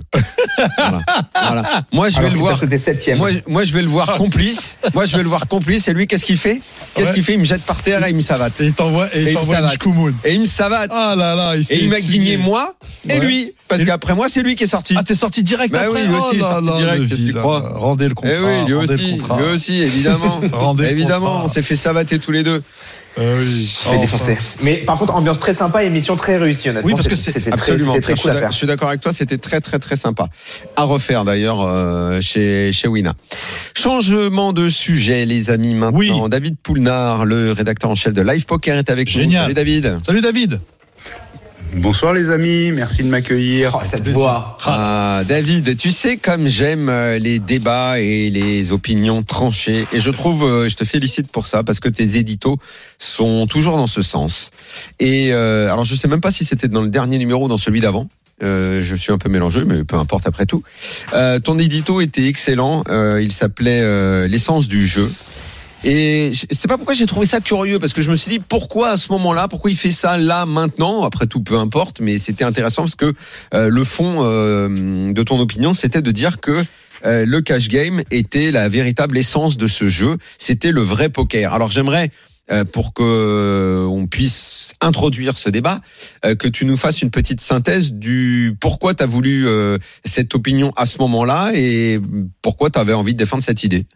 Voilà. Moi, je vais le voir. C'était 7e. Moi, je vais le voir complice. Et lui, qu'est-ce qu'il fait ? Il me jette par terre et il me savate. Et il t'envoie une chkoumoun. Et il me savate. Ah là là. Et il m'a guigné moi et lui. Parce qu'après moi, c'est lui qui est sorti. Ah, t'es sorti direct après. Oui, lui aussi, il est sorti direct. Qu'est-ce que tu crois ? Rendez le contrat. Eh oui, lui aussi, évidemment. Évidemment, on s'est fait savater tous les deux. Oui. Je vais défoncer. Mais par contre, ambiance très sympa, émission très réussie, honnêtement. Oui, parce que c'était très cool à faire. Je suis d'accord avec toi, c'était très très très sympa. À refaire d'ailleurs chez Wina. Changement de sujet, les amis, maintenant. Oui. David Poulnard, le rédacteur en chef de Live Poker, est avec nous. Salut David. Salut David. Bonsoir les amis, merci de m'accueillir. Oh, cette voix. David, tu sais comme j'aime les débats et les opinions tranchées, et je trouve, je te félicite pour ça parce que tes éditos sont toujours dans ce sens. Et alors je sais même pas si c'était dans le dernier numéro ou dans celui d'avant. Je suis un peu mélangé, mais peu importe après tout. Ton édito était excellent. Il s'appelait l'essence du jeu. Et je sais pas pourquoi j'ai trouvé ça curieux, parce que je me suis dit pourquoi à ce moment-là, pourquoi il fait ça là maintenant. Après tout, peu importe, mais c'était intéressant parce que le fond de ton opinion, c'était de dire que le cash game était la véritable essence de ce jeu. C'était le vrai poker. Alors j'aimerais pour que on puisse introduire ce débat, que tu nous fasses une petite synthèse du pourquoi tu as voulu cette opinion à ce moment-là et pourquoi tu avais envie de défendre cette idée.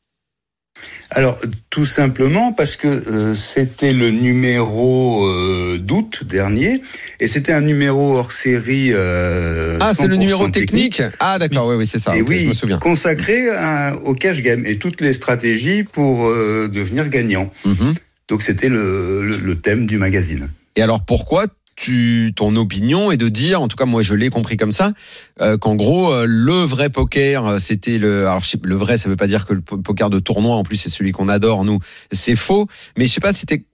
Alors, tout simplement parce que c'était le numéro d'août dernier, et c'était un numéro hors série. C'est le numéro technique. Ah d'accord, oui, c'est ça. Et okay, je me souviens. Consacré au cash game et toutes les stratégies pour devenir gagnant. Mm-hmm. Donc c'était le thème du magazine. Et alors pourquoi ton opinion est de dire, en tout cas moi je l'ai compris comme ça, qu'en gros le vrai poker c'était le vrai, ça veut pas dire que le poker de tournoi en plus c'est celui qu'on adore nous, c'est faux, mais je sais pas, c'était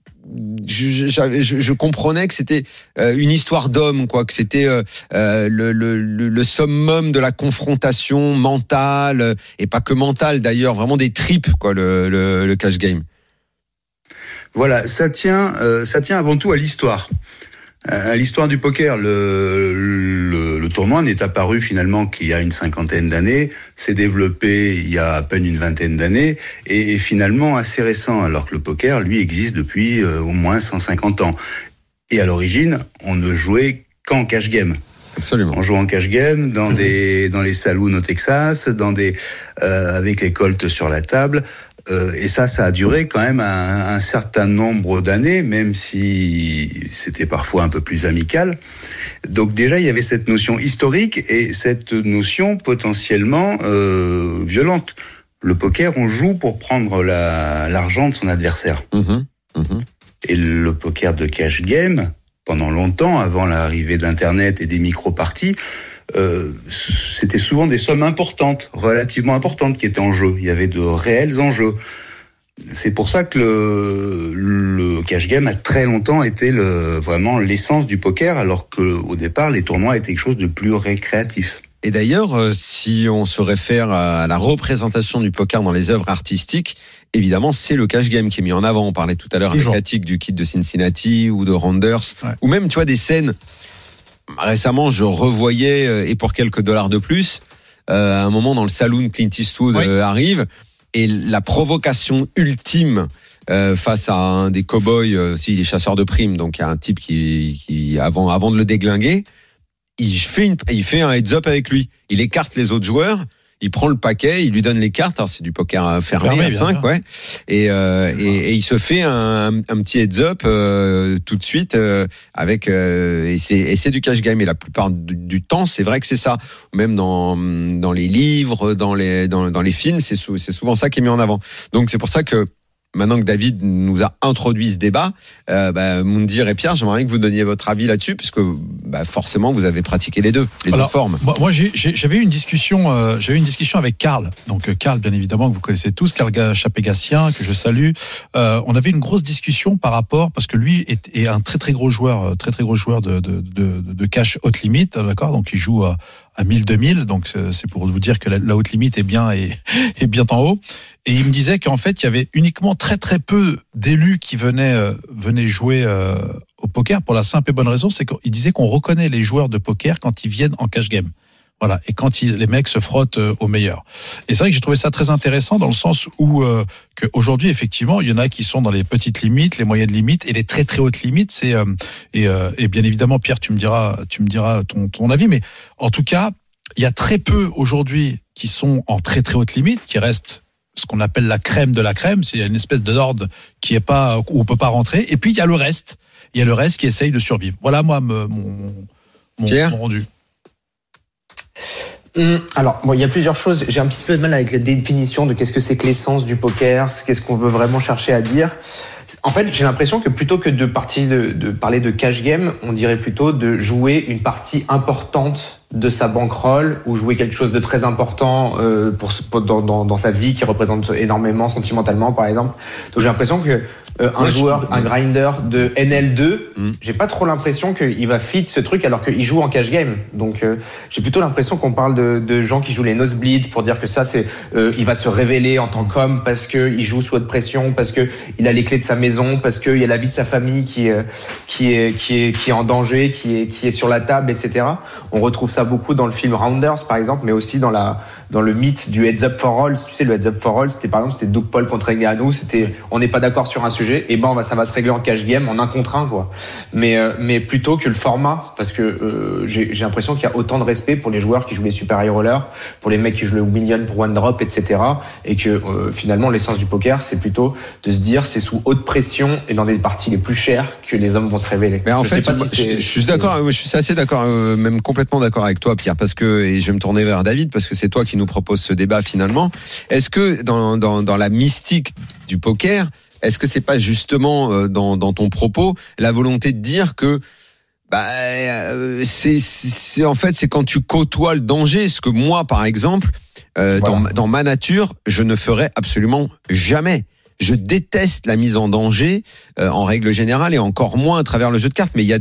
je comprenais que c'était une histoire d'homme, quoi, que c'était le summum de la confrontation mentale, et pas que mentale d'ailleurs, vraiment des tripes, quoi, le cash game. Voilà, ça tient avant tout à l'histoire. À l'histoire du poker, le tournoi n'est apparu finalement qu'il y a une 50aine d'années, s'est développé il y a à peine une 20aine d'années, et finalement assez récent, alors que le poker, lui, existe depuis au moins 150 ans. Et à l'origine, on ne jouait qu'en cash game. Absolument. On joue en cash game dans les saloons au Texas, avec les colts sur la table. Et ça a duré quand même un certain nombre d'années, même si c'était parfois un peu plus amical. Donc déjà, il y avait cette notion historique et cette notion potentiellement violente. Le poker, on joue pour prendre l'argent de son adversaire. Et le poker de cash game, pendant longtemps, avant l'arrivée d'Internet et des micro-parties, c'était souvent des sommes importantes, relativement importantes, qui étaient en jeu. Il y avait de réels enjeux. C'est pour ça que le cash game a très longtemps été vraiment l'essence du poker, alors qu'au départ, les tournois étaient quelque chose de plus récréatif. Et d'ailleurs, si on se réfère à la représentation du poker dans les œuvres artistiques, évidemment, c'est le cash game qui est mis en avant. On parlait tout à l'heure avec Attic du Kid de Cincinnati ou de Randers, ou même, tu vois, des scènes. Récemment, je revoyais, et pour quelques dollars de plus, à un moment dans le saloon, Clint Eastwood arrive, et la provocation ultime face à un des cow-boys, des chasseurs de primes, donc il y a un type qui avant de le déglinguer, il fait un heads-up avec lui. Il écarte les autres joueurs, il prend le paquet, il lui donne les cartes. Alors c'est du poker fermé à 5, et il se fait un petit heads-up tout de suite avec et c'est du cash game. Et la plupart du temps, c'est vrai que c'est ça. Même dans les livres, dans les films, c'est souvent ça qui est mis en avant. Donc c'est pour ça que maintenant que David nous a introduit ce débat, Moundir et Pierre, j'aimerais que vous donniez votre avis là-dessus, puisque forcément vous avez pratiqué les deux formes. Moi, j'avais eu une discussion avec Karl. Donc Karl, bien évidemment, que vous connaissez tous, Karl Chapégassien, que je salue. On avait une grosse discussion par rapport, parce que lui est un très très gros joueur de cash haute limite, d'accord. Donc il joue à 1000, 2000. Donc, c'est pour vous dire que la haute limite est bien en haut. Et il me disait qu'en fait, il y avait uniquement très très peu d'élus qui venaient jouer au poker pour la simple et bonne raison, c'est qu'il disait qu'on reconnaît les joueurs de poker quand ils viennent en cash game. Voilà, et quand les mecs se frottent aux meilleurs. Et c'est vrai que j'ai trouvé ça très intéressant dans le sens où qu'aujourd'hui, effectivement, il y en a qui sont dans les petites limites, les moyennes limites et les très très hautes limites. C'est et bien évidemment, Pierre, tu me diras ton avis, mais en tout cas, il y a très peu aujourd'hui qui sont en très très haute limite, qui restent ce qu'on appelle la crème de la crème. C'est une espèce de l'ordre qui est pas où on peut pas rentrer. Et puis il y a le reste. Il y a le reste qui essaye de survivre. Voilà moi mon rendu. Alors, bon, il y a plusieurs choses. J'ai un petit peu de mal avec la définition de qu'est-ce que c'est que l'essence du poker, qu'est-ce qu'on veut vraiment chercher à dire. En fait, j'ai l'impression que plutôt que de parler de cash game, on dirait plutôt de jouer une partie importante de sa bankroll ou jouer quelque chose de très important dans sa vie qui représente énormément sentimentalement, par exemple. Donc j'ai l'impression que un grinder de NL2, j'ai pas trop l'impression qu'il va fit ce truc alors qu'il joue en cash game. Donc j'ai plutôt l'impression qu'on parle de gens qui jouent les nosebleeds pour dire que ça c'est il va se révéler en tant qu'homme parce que il joue sous haute pression, parce que il a les clés de sa maison, parce qu'il y a la vie de sa famille qui est en danger, qui est sur la table, etc. On retrouve ça beaucoup dans le film Rounders par exemple, mais aussi dans le mythe du Heads Up for All. Tu sais, le Heads Up for All, c'était Doug Paul contre Ngannou, c'était on n'est pas d'accord sur un sujet, et ça va se régler en cash game, en 1 contre 1 quoi. Mais plutôt que le format, parce que j'ai l'impression qu'il y a autant de respect pour les joueurs qui jouent les Super High Rollers, pour les mecs qui jouent le million pour one drop, etc. Et que finalement l'essence du poker, c'est plutôt de se dire c'est sous haute pression et dans des parties les plus chères que les hommes vont se révéler. Mais en fait, je suis d'accord, je suis assez d'accord, même complètement d'accord avec toi, Pierre, parce que, et je vais me tourner vers David, parce que c'est toi qui nous propose ce débat finalement. Est-ce que dans la mystique du poker, est-ce que c'est pas justement dans ton propos la volonté de dire que c'est en fait c'est quand tu côtoies le danger, ce que moi par exemple dans ma nature je ne ferais absolument jamais. Je déteste la mise en danger en règle générale et encore moins à travers le jeu de cartes. Mais il y a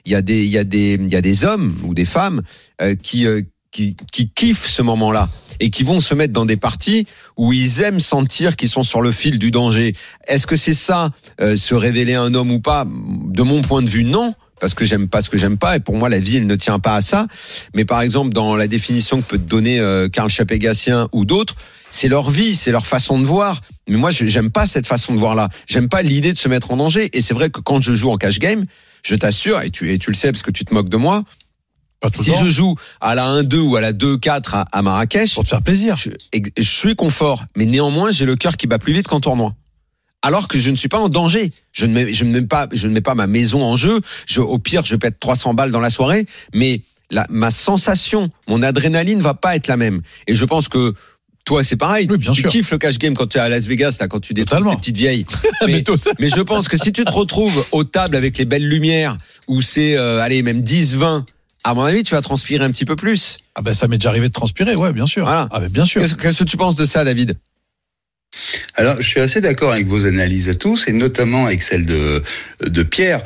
des hommes ou des femmes qui kiffent ce moment-là et qui vont se mettre dans des parties où ils aiment sentir qu'ils sont sur le fil du danger. Est-ce que c'est ça, se révéler un homme ou pas ? De mon point de vue, non. Parce que j'aime pas ce que j'aime pas, et pour moi la vie elle ne tient pas à ça. Mais par exemple dans la définition que peut te donner Karl Chapégassien ou d'autres, c'est leur vie, c'est leur façon de voir. Mais moi j'aime pas cette façon de voir là. J'aime pas l'idée de se mettre en danger. Et c'est vrai que quand je joue en cash game, je t'assure, et tu le sais parce que tu te moques de moi, si je joue à la 1-2 ou à la 2-4 à Marrakech, pour te faire plaisir, je suis confort. Mais néanmoins j'ai le cœur qui bat plus vite qu'en tournoi. Alors que je ne suis pas en danger. Je ne mets pas ma maison en jeu. Au pire, je pète 300 balles dans la soirée. Mais ma sensation, mon adrénaline va pas être la même. Et je pense que toi, c'est pareil. Oui, bien sûr. Tu kiffes le cash game quand tu es à Las Vegas, là, quand tu détruis les petites vieilles. Mais je pense que si tu te retrouves aux tables avec les belles lumières, où c'est, même 10-20, à mon avis, tu vas transpirer un petit peu plus. Ah ben, ça m'est déjà arrivé de transpirer, ouais, bien sûr. Voilà. Ah ben, bien sûr. Qu'est-ce que tu penses de ça, David ? Alors, je suis assez d'accord avec vos analyses à tous, et notamment avec celle de Pierre.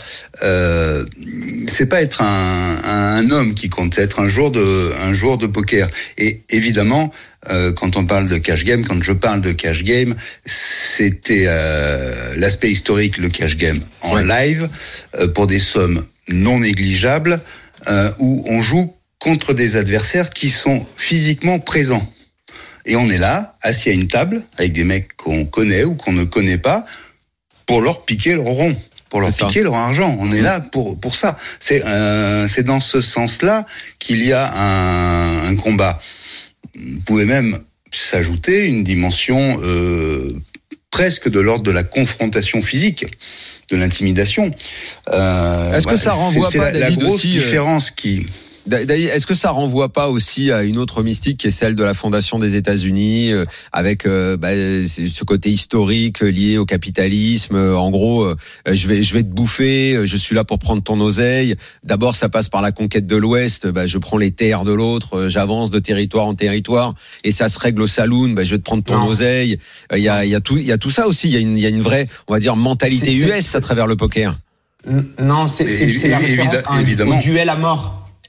C'est pas être un homme qui compte, c'est être un joueur de poker. Et évidemment, quand on parle de cash game, quand je parle de cash game, c'était l'aspect historique, le cash game en live, pour des sommes non négligeables, où on joue contre des adversaires qui sont physiquement présents. Et on est là, assis à une table, avec des mecs qu'on connaît ou qu'on ne connaît pas, pour leur piquer leur rond, pour leur piquer leur argent. On est là pour ça. C'est dans ce sens-là qu'il y a un combat. Vous pouvez même s'ajouter une dimension presque de l'ordre de la confrontation physique, de l'intimidation. Est-ce que ça renvoie pas, David, la grosse aussi, différence qui... Est-ce que ça renvoie pas aussi à une autre mystique qui est celle de la fondation des États-Unis, avec ce côté historique lié au capitalisme. En gros, je vais te bouffer, je suis là pour prendre ton oseille. D'abord, ça passe par la conquête de l'Ouest. Je prends les terres de l'autre, j'avance de territoire en territoire, et ça se règle au saloon. Je vais te prendre ton oseille. Il y a tout ça aussi. Il y a une vraie, on va dire, mentalité US à travers le poker. Non, c'est la référence au duel à mort.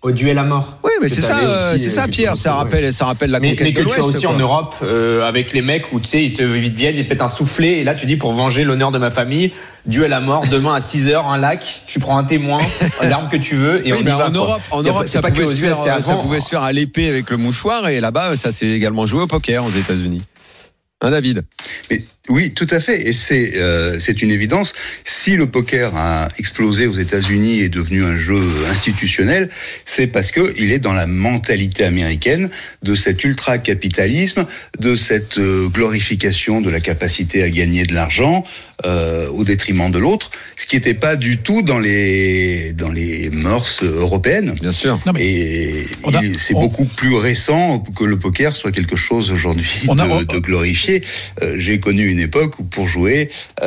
au duel à mort. Oui, mais c'est ça, Pierre. Ça rappelle la conquête de l'Ouest. Mais que tu as aussi en Europe, avec les mecs où tu sais, ils viennent, ils te mettent un soufflet, et là tu dis pour venger l'honneur de ma famille, duel à mort, demain à 6h, un lac, tu prends un témoin, l'arme que tu veux, et on y va. En Europe, ça pouvait se faire à l'épée avec le mouchoir, et là-bas, ça s'est également joué au poker aux États-Unis. David? Mais, oui, tout à fait. Et c'est une évidence. Si le poker a explosé aux États-Unis et est devenu un jeu institutionnel, c'est parce que il est dans la mentalité américaine de cet ultra-capitalisme, de cette glorification de la capacité à gagner de l'argent au détriment de l'autre, ce qui n'était pas du tout dans les mœurs européennes. Bien sûr. Et c'est beaucoup plus récent que le poker soit quelque chose aujourd'hui de glorifié. J'ai connu une époque où pour jouer,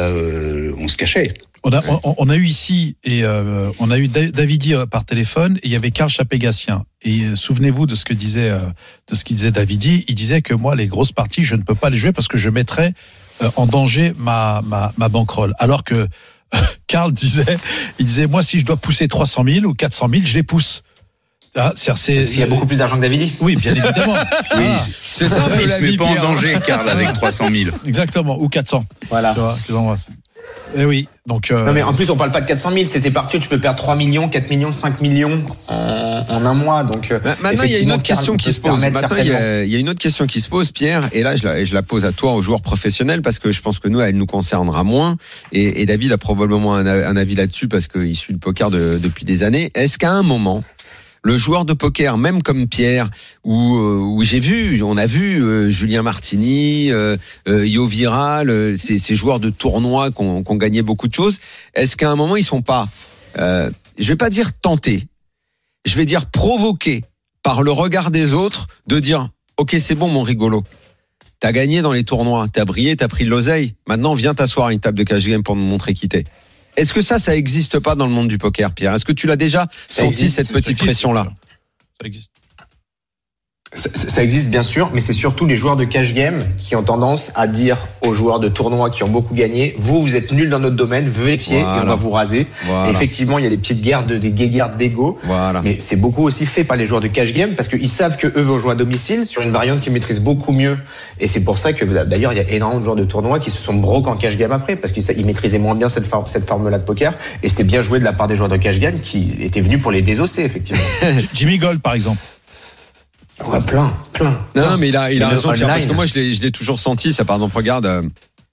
on se cachait. On a eu ici on a eu Davidi par téléphone, et il y avait Karl Chapégassien. Et souvenez-vous de ce que disait Davidi. Il disait que moi, les grosses parties, je ne peux pas les jouer parce que je mettrais en danger ma bankroll. Alors que Karl disait moi, si je dois pousser 300 000 ou 400 000, je les pousse. Il y a beaucoup plus d'argent que Davidi. Oui, bien évidemment. Oui, c'est ça. Il se met pas en danger, Karl, avec 300 000. Exactement, ou 400. Voilà. Tu vois, je les embrasse. Eh oui, donc. Non, mais en plus, on parle pas de 400 000. C'était parti où tu peux perdre 3 millions, 4 millions, 5 millions en un mois. Donc, maintenant, il y a une autre question qui se pose. Il y a une autre question qui se pose, Pierre. Et là, je la pose à toi, aux joueurs professionnels, parce que je pense que nous, elle nous concernera moins. Et David a probablement un avis là-dessus parce qu'il suit le poker depuis des années. Est-ce qu'à un moment, le joueur de poker, même comme Pierre, où on a vu Julien Martini, Yo Viral, ces joueurs de tournois qui ont gagné beaucoup de choses, est-ce qu'à un moment ils sont pas, je vais pas dire tentés, je vais dire provoqués par le regard des autres de dire ok, c'est bon mon rigolo, t'as gagné dans les tournois, t'as brillé, t'as pris de l'oseille, maintenant viens t'asseoir à une table de cash game pour nous montrer qui t'es. Est-ce que ça existe pas dans le monde du poker, Pierre? Est-ce que tu l'as déjà senti, cette petite pression-là? Ça existe. Ça existe bien sûr, mais c'est surtout les joueurs de cash game qui ont tendance à dire aux joueurs de tournois qui ont beaucoup gagné, vous êtes nuls dans notre domaine, vérifiez, voilà, et on va vous raser. Voilà. Et effectivement, il y a des petites guerres des guéguerres d'ego, voilà, mais c'est beaucoup aussi fait par les joueurs de cash game parce qu'ils savent que eux vont jouer à domicile sur une variante qu'ils maîtrisent beaucoup mieux. Et c'est pour ça que d'ailleurs, il y a énormément de joueurs de tournois qui se sont broqués en cash game après parce qu'ils maîtrisaient moins bien cette forme-là de poker, et c'était bien joué de la part des joueurs de cash game qui étaient venus pour les désosser, effectivement. Jimmy Gold, par exemple. Ouais, plein. Non, mais il a raison, Pierre, parce que moi, je l'ai toujours senti, ça, par exemple, regarde,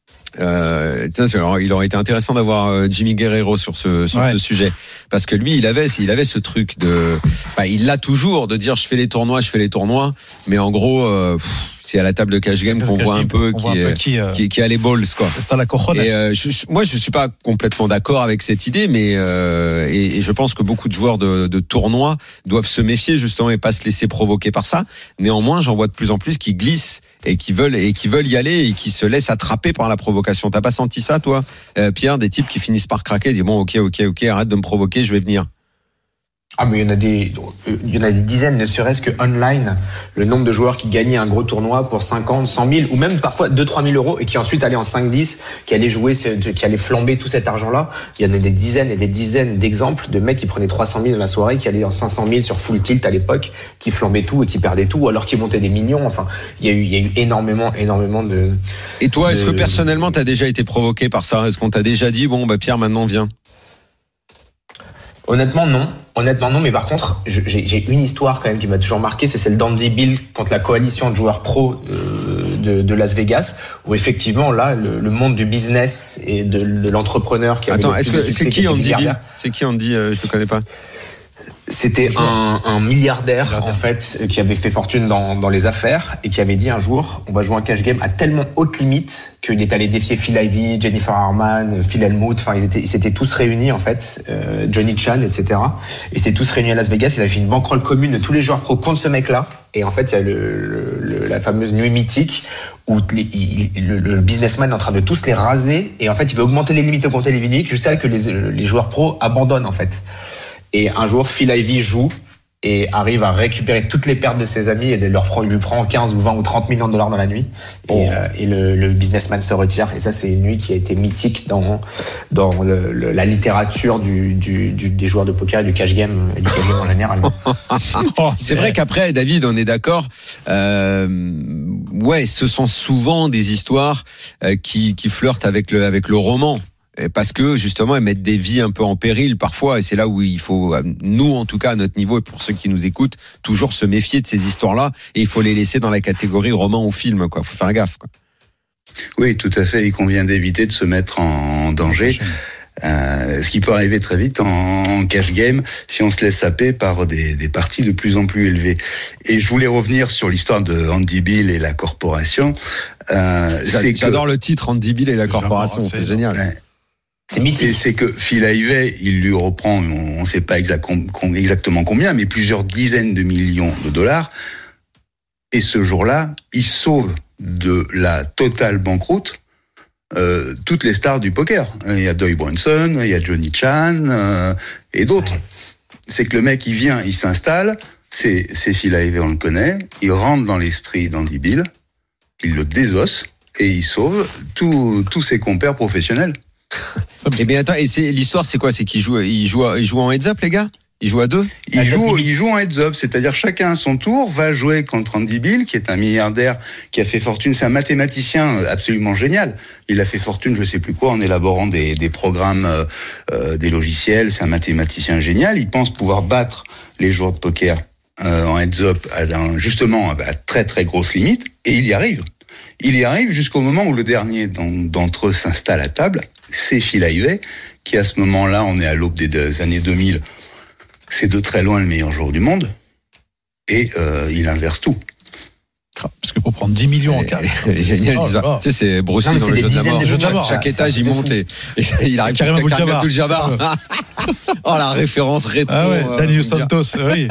il aurait été intéressant d'avoir Jimmy Guerrero sur ce sujet, parce que lui, il avait ce truc il l'a toujours, de dire je fais les tournois, mais en gros, c'est à la table de cash game qu'on voit un peu qui a les balls, quoi. Et moi, je suis pas complètement d'accord avec cette idée, mais et je pense que beaucoup de joueurs de tournois doivent se méfier justement et pas se laisser provoquer par ça. Néanmoins, j'en vois de plus en plus qui glissent et qui veulent y aller et qui se laissent attraper par la provocation. T'as pas senti ça, toi, Pierre, des types qui finissent par craquer et disent bon, ok, arrête de me provoquer, je vais venir. Ah, mais il y en a des dizaines, ne serait-ce que online, le nombre de joueurs qui gagnaient un gros tournoi pour 50, 100 000 ou même parfois 2-3 000 euros et qui ensuite allaient en 5-10, qui allaient jouer, qui allaient flamber tout cet argent-là. Il y en a des dizaines et des dizaines d'exemples de mecs qui prenaient 300 000 dans la soirée, qui allaient en 500 000 sur full tilt à l'époque, qui flambaient tout et qui perdaient tout, alors qu'ils montaient des millions. Enfin, il y a eu énormément de... Et toi, est-ce que personnellement, t'as déjà été provoqué par ça? Est-ce qu'on t'a déjà dit, bon, Pierre, maintenant, viens? Honnêtement non, mais par contre j'ai une histoire quand même qui m'a toujours marqué, c'est celle d'Andy Bill contre la coalition de joueurs pro de Las Vegas, où effectivement là le monde du business et de l'entrepreneur qui avait c'est qui Andy Bill? C'est qui Andy? Je le connais pas. C'était un milliardaire en fait qui avait fait fortune dans les affaires et qui avait dit un jour on va jouer un cash game à tellement haute limite qu'il est allé défier Phil Ivey, Jennifer Harman, Phil Hellmuth, enfin ils s'étaient tous réunis en fait, Johnny Chan, etc. Ils s'étaient tous réunis à Las Vegas, ils avaient fait une bankroll commune de tous les joueurs pro contre ce mec-là, et en fait il y a la fameuse nuit mythique où le businessman est en train de tous les raser, et en fait il veut augmenter les limites, augmenter les limites jusqu'à ce que les joueurs pro abandonnent en fait. Et un jour, Phil Ivey joue, et arrive à récupérer toutes les pertes de ses amis et lui prend 15 ou 20 ou 30 millions de dollars dans la nuit. Et le businessman se retire. Et ça, c'est une nuit qui a été mythique dans la littérature des joueurs de poker et du cash game en général. C'est vrai qu'après, David, on est d'accord. Ce sont souvent des histoires qui flirtent avec le roman. Parce que justement, elles mettent des vies un peu en péril parfois, et c'est là où il faut, nous en tout cas à notre niveau et pour ceux qui nous écoutent, toujours se méfier de ces histoires-là, et il faut les laisser dans la catégorie roman ou film, quoi. Faut faire gaffe, quoi. Oui, tout à fait. Il convient d'éviter de se mettre en danger. Ce qui peut arriver très vite en cash game si on se laisse saper par des parties de plus en plus élevées. Et je voulais revenir sur l'histoire de Andy Bill et la corporation. J'adore le titre, Andy Bill et la corporation, c'est génial. Ouais. C'est mythique. Et c'est que Phil Ivey, il lui reprend, on ne sait pas exactement combien, mais plusieurs dizaines de millions de dollars. Et ce jour-là, il sauve de la totale banqueroute toutes les stars du poker. Il y a Doyle Brunson, il y a Johnny Chan et d'autres. C'est que le mec, il vient, il s'installe, c'est Phil Ivey, on le connaît, il rentre dans l'esprit d'Andy Bill, il le désosse et il sauve tous ses compères professionnels. Eh bien attends, et l'histoire c'est quoi? C'est qu'ils jouent en heads up, les gars? Ils jouent à deux? Ils jouent en heads up, c'est-à-dire chacun à son tour va jouer contre Andy Bill, qui est un milliardaire qui a fait fortune. C'est un mathématicien absolument génial. Il a fait fortune, je sais plus quoi, en élaborant des programmes, des logiciels. C'est un mathématicien génial. Il pense pouvoir battre les joueurs de poker en heads up justement à très très grosse limite, et il y arrive. Il y arrive jusqu'au moment où le dernier d'entre eux s'installe à table. C'est Phil Ivey, qui à ce moment-là, on est à l'aube des années 2000, c'est de très loin le meilleur joueur du monde, et il inverse tout. Parce que pour prendre 10 millions en cash. C'est génial, tu sais, c'est Bruce Lee dans le jeu de la mort. Chaque étage, il monte et il arrive Karim Abdul-Jabbar. Oh, la référence rétro. Ah ouais, Daniel Santos, oui.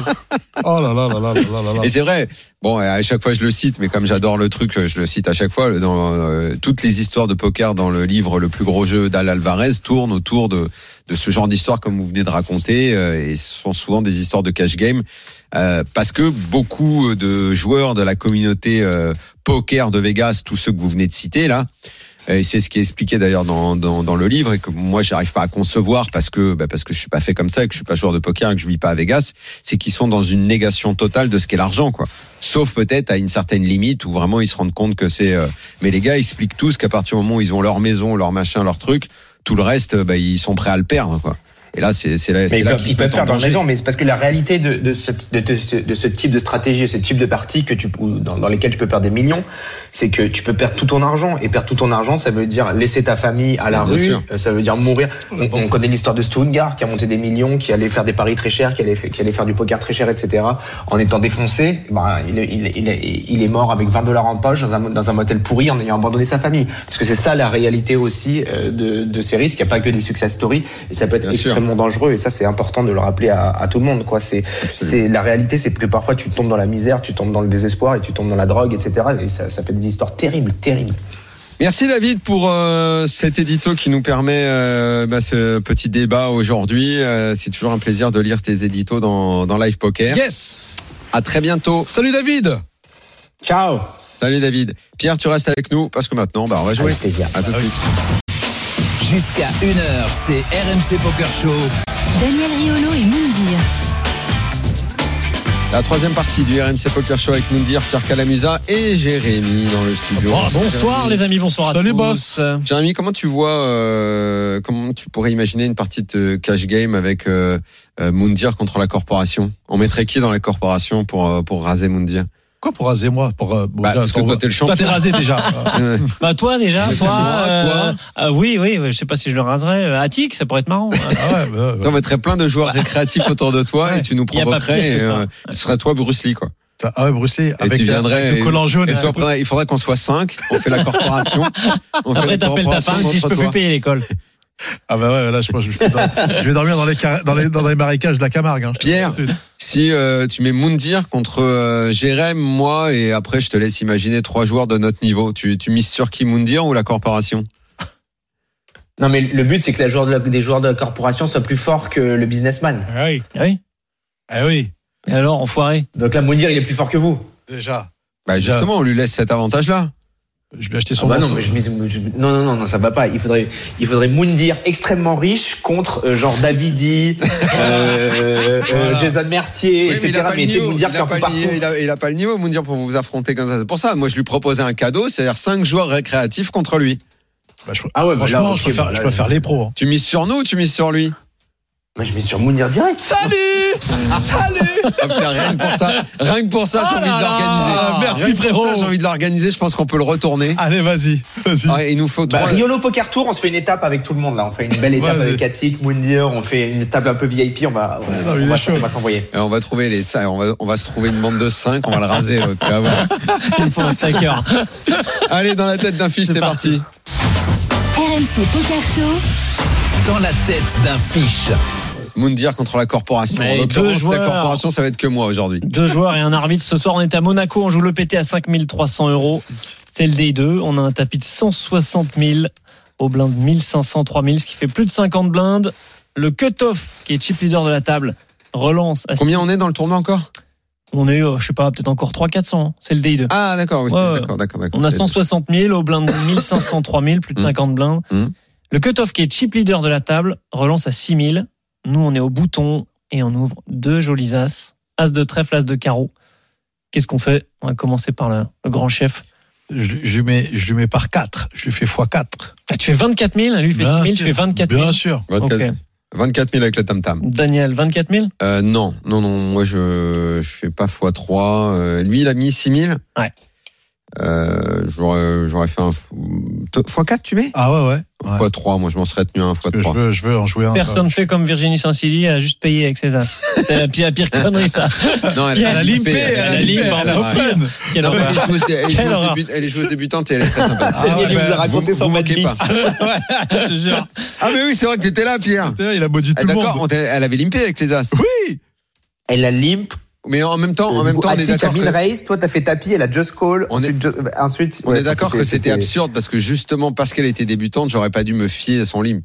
Oh là là là là là là. Et c'est vrai. Bon, à chaque fois je le cite, mais comme j'adore le truc, je le cite à chaque fois. Dans toutes les histoires de poker dans le livre Le plus gros jeu d'Al Alvarez tournent autour de ce genre d'histoire comme vous venez de raconter, et ce sont souvent des histoires de cash game. Parce que beaucoup de joueurs de la communauté poker de Vegas, tous ceux que vous venez de citer là, et c'est ce qui est expliqué d'ailleurs dans le livre, et que moi j'arrive pas à concevoir parce que je suis pas fait comme ça, et que je suis pas joueur de poker et que je vis pas à Vegas, c'est qu'ils sont dans une négation totale de ce qu'est l'argent, quoi. Sauf peut-être à une certaine limite où vraiment ils se rendent compte que c'est. Mais les gars expliquent tous qu'à partir du moment où ils ont leur maison, leur machin, leur truc, tout le reste, ils sont prêts à le perdre, quoi. Et là, c'est là. Mais ils peuvent perdre leur maison, mais c'est parce que la réalité de ce type de stratégie, ce type de partie dans lesquelles tu peux perdre des millions, c'est que tu peux perdre tout ton argent. Et perdre tout ton argent, ça veut dire laisser ta famille à la rue, ça veut dire mourir. On connaît l'histoire de Stuttgart, qui a monté des millions, qui allait faire des paris très chers, qui allait faire du poker très cher, etc. En étant défoncé, il est mort avec $20 en poche dans un motel pourri en ayant abandonné sa famille. Parce que c'est ça la réalité aussi de ces risques. Il n'y a pas que des success stories, et ça peut être extrêmement dangereux, et ça c'est important de le rappeler à tout le monde, quoi. C'est la réalité, c'est que parfois tu tombes dans la misère, tu tombes dans le désespoir et tu tombes dans la drogue, etc. Et ça fait des histoires terribles. Merci David pour cet édito qui nous permet ce petit débat aujourd'hui. C'est toujours un plaisir de lire tes éditos dans Live Poker. Yes. À très bientôt. Salut David. Ciao. Salut David. Pierre, tu restes avec nous parce que maintenant on va jouer. Avec plaisir. À tout de suite. Jusqu'à 1h, c'est RMC Poker Show. Daniel Riolo et Moundir. La troisième partie du RMC Poker Show avec Moundir, Pierre Calamusa et Jérémy dans le studio. Bonsoir les amis, bonsoir à tous. Salut boss. Jérémy, comment tu vois, comment tu pourrais imaginer une partie de cash game avec Moundir contre la corporation? On mettrait qui dans la corporation pour raser Moundir? Quoi pour raser moi? Parce que toi t'es le champion. Toi t'es rasé déjà. Toi déjà, toi. Oui, je sais pas si je le raserais. Attic, ça pourrait être marrant. On mettrait plein de joueurs récréatifs autour de toi, et tu nous provoquerais. Ce serait toi Bruce Lee, quoi. Ah ouais, Bruce Lee, avec le collant jaune. Et toi, après, il faudrait qu'on soit 5. On fait la corporation. Après t'appelles ta femme, si je peux plus payer l'école. Ah bah ouais, là je vais dormir dans les marécages de la Camargue. Pierre, si tu mets Moundir contre Jérém, moi, et après je te laisse imaginer 3 joueurs de notre niveau, tu mises sur qui, Moundir ou la corporation? Non, mais le but c'est que des joueurs de la corporation soient plus forts que le businessman. Ah oui. Et alors, enfoiré. Donc là, Moundir, il est plus fort que vous. Déjà. Bah justement, on lui laisse cet avantage-là. Je vais acheter son non, mais non, ça va pas. Il faudrait Moundir extrêmement riche contre genre Davidi, Jason Mercier, oui, etc. Mais tu sais, Moundir qui en fout partout. Il a pas le niveau, Moundir, pour vous affronter comme ça. C'est pour ça, moi, je lui proposais un cadeau, c'est-à-dire 5 joueurs récréatifs contre lui. Franchement, je préfère les pros. Tu mises sur nous ou tu mises sur lui? Moi, je mets sur Moundir direct. Salut. Rien que pour ça, j'ai envie de l'organiser. Merci frérot. J'ai envie de l'organiser. Je pense qu'on peut le retourner. Allez, vas-y. Il nous faut 3. Riolo Poker Tour, on se fait une étape avec tout le monde là. On fait une belle étape avec Atik, Moundir. On fait une étape un peu VIP. On va s'envoyer. On va trouver on va se trouver une bande de 5. On va le raser. Il faut un stacker. Allez, dans la tête d'un fiche, c'est parti. RMC Poker Show. Dans la tête d'un fiche. Moundir contre la corporation. Et en l'occurrence, la corporation, ça va être que moi aujourd'hui. 2 joueurs et un arbitre. Ce soir, on est à Monaco. On joue le PT à 5 300 €. C'est le D2. On a un tapis de 160 000 au blind 1500, 3000, ce qui fait plus de 50 blindes. Le cut-off, qui est chip leader de la table, relance. Combien on est dans le tournoi encore? On est, je sais pas, peut-être encore 300-400. C'est le D2. Ah, d'accord. Oui, ouais, d'accord. On a 160 000 au blind 1500, 3000, plus de 50 blindes. Le cut-off, qui est chip leader de la table, relance à 6000. Nous, on est au bouton et on ouvre 2 jolis as. As de trèfle, as de carreau. Qu'est-ce qu'on fait? On va commencer par le grand chef. Je lui mets par 4. Je lui fais x4. Ah, tu fais 24 000, lui fait 6 000, tu fais 24 000. Bien sûr. 24 000 avec la tam-tam. Daniel, 24 000? Non. Moi, je fais pas x3. Lui, il a mis 6 000. Ouais. J'aurais fait un x4, tu mets? Ah ouais. x3, moi je m'en serais tenu un x3. Je veux en jouer un. Personne fait comme Virginie Saint-Silly, elle a juste payé avec ses as. C'est la pire connerie, ça. Non, elle a limpé, elle a open. Elle est joueuse débutante et elle est très sympa. Daniel, il vous a raconté son match. Je te jure. Ah mais oui, c'est vrai que t'étais là, Pierre. Il a maudit tout le monde. D'accord, elle avait limpé avec les as. Oui. Elle a limp. Mais en même temps, on est d'accord. Min raise, toi t'as fait tapis, elle a just call. Ensuite, on est d'accord que c'était absurde parce que justement parce qu'elle était débutante, j'aurais pas dû me fier à son limp.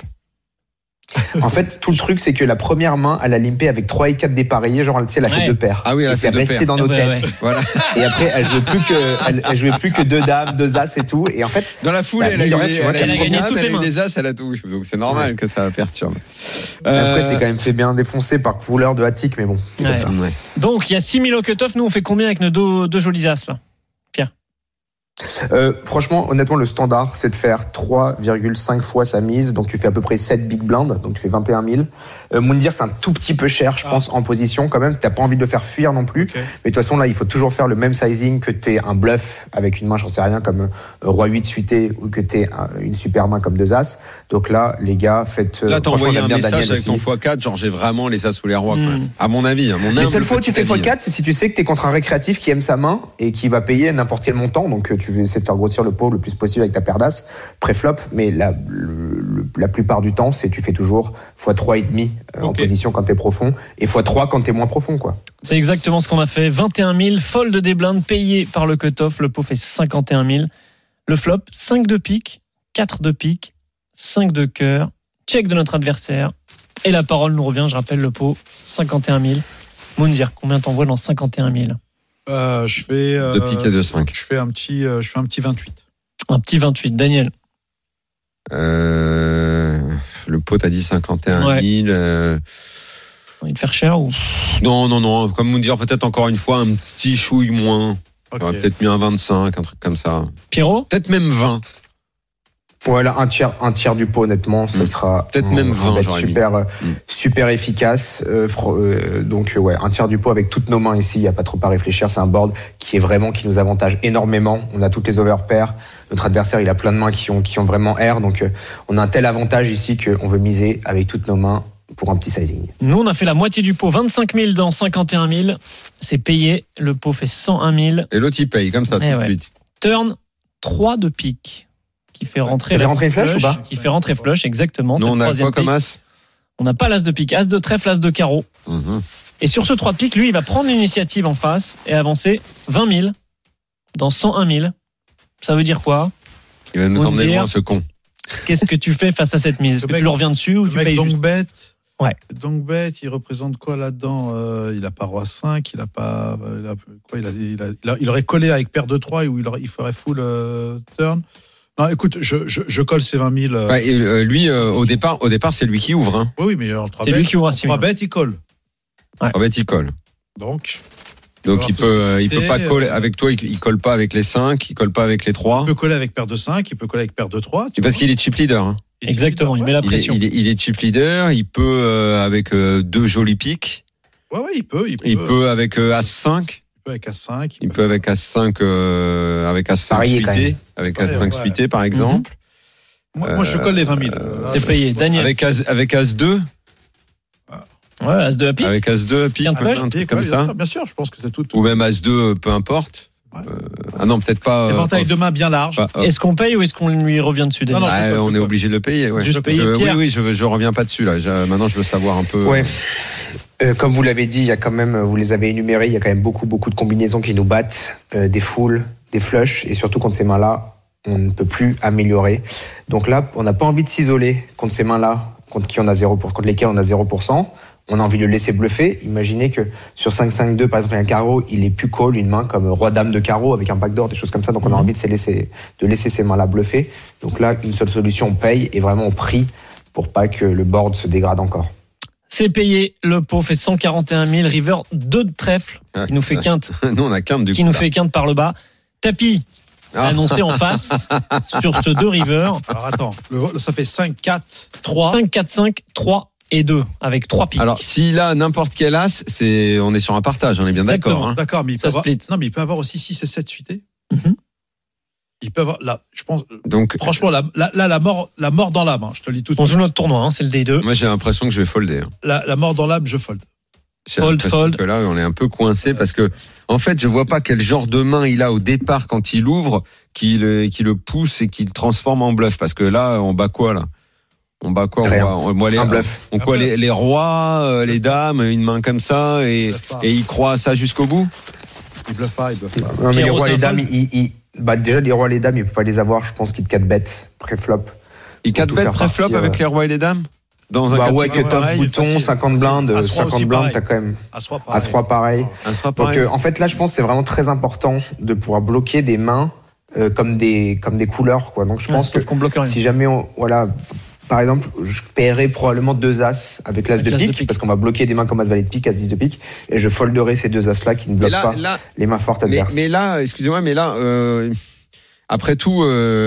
En fait, tout le truc, c'est que la première main, elle a limpé avec 3 et 4 dépareillés, genre, tu sais, elle a fait 2 paires. Ah oui, elle a fait 2 paires. C'est resté dans nos têtes. Ouais. Voilà. Et après, elle jouait plus que 2 dames, 2 as et tout. Et en fait, dans la foule, elle a gagné toutes les mains. Les as, elle a tout. Donc c'est normal que ça perturbe. Après, c'est quand même fait bien défoncer par couleur de Attic, mais bon. C'est comme ça. Donc, il y a 6 000 au cut-off. Nous, on fait combien avec nos 2 jolis as, là? Pierre? Franchement, honnêtement, le standard, c'est de faire 3,5 fois sa mise. Donc, tu fais à peu près 7 big blinds. Donc, tu fais 21 000. Moundir, c'est un tout petit peu cher, je pense, en position quand même. T'as pas envie de le faire fuir non plus. Okay. Mais de toute façon, là, il faut toujours faire le même sizing que t'aies un bluff avec une main, j'en sais rien, comme Roi 8 suité ou que t'aies une super main comme 2 as. Donc là, les gars, faites. Là, t'as envoyé un message avec ton x4, genre j'ai vraiment les as sous les rois. À mon avis, La seule fois où tu fais x4, c'est si tu sais que t'es contre un récréatif qui aime sa main et qui va payer n'importe quel montant. Donc tu veux essayer de faire grossir le pot le plus possible avec ta paire d'as pré-flop. Mais la plupart du temps, c'est tu fais toujours x3,5 en position quand t'es profond et x3 quand t'es moins profond, quoi. C'est exactement ce qu'on a fait. 21 000, fold des blindes payé par le cut-off. Le pot fait 51 000. Le flop, 5 de pique, 4 de pique, 5 de cœur, check de notre adversaire. Et la parole nous revient, je rappelle le pot, 51 000. Moundir, combien t'envoies dans 51 000? Je fais. De pique et de 5. Je fais un petit 28. Un petit 28. Daniel? Le pot t'a dit 51 000. Envie de faire cher ou? Non. Comme Moundir, peut-être encore une fois, un petit chouille moins. J'aurais peut-être mis un 25, un truc comme ça. Pierrot? Peut-être même 20. Voilà, un tiers du pot, honnêtement, ça sera peut-être même 20, super efficace. Donc un tiers du pot avec toutes nos mains ici, il y a pas trop à réfléchir. C'est un board qui nous avantage énormément. On a toutes les overpairs. Notre adversaire, il a plein de mains qui ont vraiment air. Donc on a un tel avantage ici qu'on veut miser avec toutes nos mains pour un petit sizing. Nous, on a fait la moitié du pot, 25 000 dans 51 000. C'est payé. Le pot fait 101 000. Et l'autre, il paye comme ça tout de suite. Turn 3 de pique. Qui fait rentrer flush ou pas? Qui fait rentrer flush, exactement. Nous, on a quoi comme as? On n'a pas l'as de pique. As de trèfle, as de carreau. Et sur ce 3 de pique, lui, il va prendre l'initiative en face et avancer 20 000 dans 101 000. Ça veut dire quoi? Il va nous emmener loin, ce con. Qu'est-ce que tu fais face à cette mise? Est-ce que tu le reviens dessus ou tu payes juste? Ouais. Donc bête, il représente quoi là-dedans? Il a pas roi 5, il a pas quoi, il aurait collé avec paire de 3 où il ferait full turn. Non, écoute, je colle ces 20 000. Ouais, et lui, au départ, c'est lui qui ouvre. Hein. Oui, mais en 3 c'est bêtes, lui qui ouvre à 6 bêtes, il colle. Ouais. 3 bêtes, il colle. Donc il peut pas coller avec toi, il colle pas avec les 5, il colle pas avec les 3. Il peut coller avec paire de 5, il peut coller avec paire de 3. Parce qu'il est chip leader. Hein. Exactement, il met la pression. Il est chip leader, il peut avec 2 jolis pics. Ouais, il peut. Il peut avec As-5. Il peut avec As-5. Il peut avec As-5, avec As-5 suité. Avec As-5 suité, par exemple. Moi, je colle les 20 000. C'est payé. Daniel. Avec As-2. Ouais, As-2 à pique. Avec As-2 à pique, un truc comme ça. Bien sûr, je pense que c'est tout. Ou même As-2, peu importe. Ouais. Non, peut-être pas. Éventail de main bien large. Est-ce qu'on paye ou est-ce qu'on lui revient dessus? Non, on est obligé de le payer. Ouais. Juste payer. Oui, je reviens pas dessus là. Maintenant, je veux savoir un peu. Ouais. Comme vous l'avez dit, il y a quand même, vous les avez énumérés, il y a quand même beaucoup de combinaisons qui nous battent, des fulls, des flushs, et surtout contre ces mains-là, on ne peut plus améliorer. Donc là, on n'a pas envie de s'isoler contre ces mains-là, contre lesquelles on a 0%. On a envie de le laisser bluffer. Imaginez que sur 5-5-2, par exemple, il y a un carreau, il est plus call une main comme roi-dame de carreau avec un backdoor, des choses comme ça. Donc on a envie de laisser ces mains-là bluffer. Donc là, une seule solution, on paye et vraiment on prie pour pas que le board se dégrade encore. C'est payé. Le pot fait 141 000. River 2 de trèfle. Qui nous fait quinte. Nous, on a quinte du coup. Qui nous fait quinte par le bas. Tapis. Annoncé en face sur ce 2 river. Alors attends, ça fait 5-4, 3. 5-4-5, 3 et 2 avec 3 piques. Alors s'il a n'importe quel as, on est sur un partage, on est bien d'accord. Hein. D'accord, mais il peut avoir aussi 6 et 7 suités. Mm-hmm. Il peut avoir là, je pense. Donc franchement, la mort dans l'âme. Hein, je te le dis tout de suite. On joue notre tournoi, hein, c'est le D2. Moi, j'ai l'impression que je vais folder. Hein. La mort dans l'âme, je fold. Fold. Que là, on est un peu coincé parce que, en fait, je vois pas quel genre de main il a au départ quand il ouvre, qui le pousse et qui le transforme en bluff. Parce que là, on bat quoi là? On bat quoi? Un bluff. On quoi les rois, les dames, une main comme ça et il croit à ça jusqu'au bout? Il bluffe pas. Non, mais les rois, les dames, déjà les rois et les dames, il peut pas les avoir. Je pense qu'il 4-bet pré-flop. Il 4-bet pré-flop avec les rois et les dames? Dans un ouais, que top bouton, 50 blindes, 50 blindes, t'as quand même As-Roi pareil. Donc en fait là, je pense que c'est vraiment très important de pouvoir bloquer des mains comme des couleurs quoi. Donc je pense que si jamais par exemple, je paierais probablement 2 as avec l'as de pique parce qu'on va bloquer des mains comme as valet de pique, as 10 de pique et je folderai ces 2 as là qui ne bloquent pas les mains fortes adverses. Mais là, excusez-moi, après tout,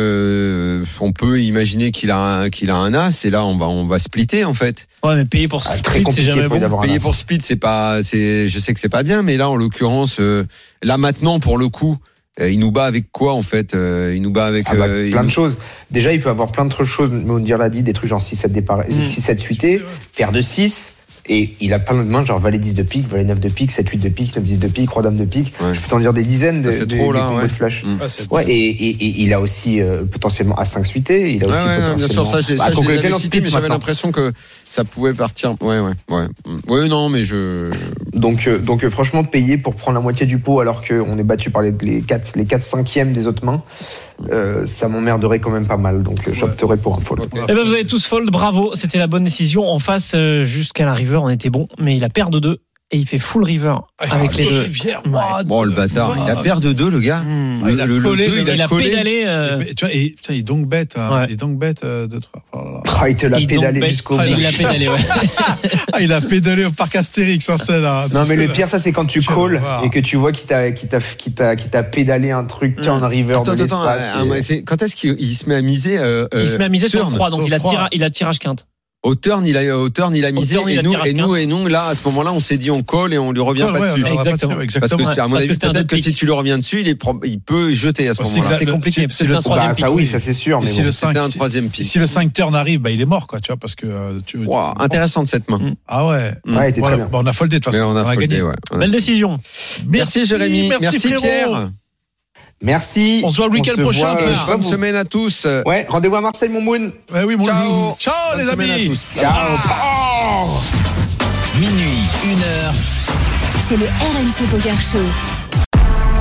on peut imaginer qu'il a un as et là on va splitter en fait. Ouais, mais payer pour split, c'est jamais bon. Payer pour split, je sais que c'est pas bien, mais là en l'occurrence, là maintenant pour le coup, il nous bat avec quoi en fait? Il nous bat avec plein de choses. Déjà, il peut avoir plein de choses. Moundir l'a dit, des trucs genre 6-7 départ, 6-7 suité, paire de 6. Et il a plein de mains, genre valet 10 de pique, valet 9 de pique, 7-8 de pique, 9-10 de pique, roi dame de pique. Ouais. Je peux t'en dire des dizaines de flush. Et il a aussi potentiellement A5 suité. Il a aussi potentiellement. Bien sûr, ça, je l'ai cité, mais j'avais l'impression que ça pouvait partir. Ouais, non, mais je. Donc franchement, payer pour prendre la moitié du pot alors qu'on est battu par les 4/5e des autres mains. Ça m'emmerderait quand même pas mal, donc j'opterais pour un fold. Et vous avez tous fold, bravo, c'était la bonne décision. En face, jusqu'à la river, on était bon, mais il a paire de 2 et il fait full river avec les 2. Bon, le bâtard, il a paire de 2, le gars. Il a pédalé. Tu vois, et putain, il est donc bête. Il est donc bête de 3. Il te l'a pédalé jusqu'au bout. Il l'a pédalé, ouais. Il a pédalé au parc Astérix, hein, celle-là. Non, mais le pire, ça, c'est quand tu calls et que tu vois qu'il t'a pédalé un truc en river de l'espace. Quand est-ce qu'il se met à miser? Il se met à miser sur le 3, donc il a tirage quinte. Au turn, il a misé et nous, là, à ce moment-là, on s'est dit on colle et on lui revient pas dessus. Exactement. Parce que, à mon avis, peut-être que si tu lui reviens dessus, il peut jeter à ce moment-là. C'est compliqué. C'est un troisième pic. Oui, ça c'est sûr. Mais c'était un troisième pic. Si le 5 turn arrive, il est mort, quoi, tu vois, parce que. Intéressante cette main. Ah ouais. Ouais, était très bien. On a foldé de toute façon. On a gagné. Belle décision. Merci Jérémy. Merci Pierre. Merci. On se voit le week-end prochain. Bonne semaine à tous. Ouais, rendez-vous à Marseille, mon moon. Ouais, oui, mon Ciao. Ciao, les amis. Ciao. Minuit, 1h. C'est le RMC Poker Show.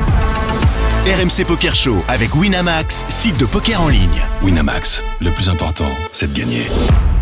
RMC Poker Show avec Winamax, site de poker en ligne. Winamax, le plus important, c'est de gagner.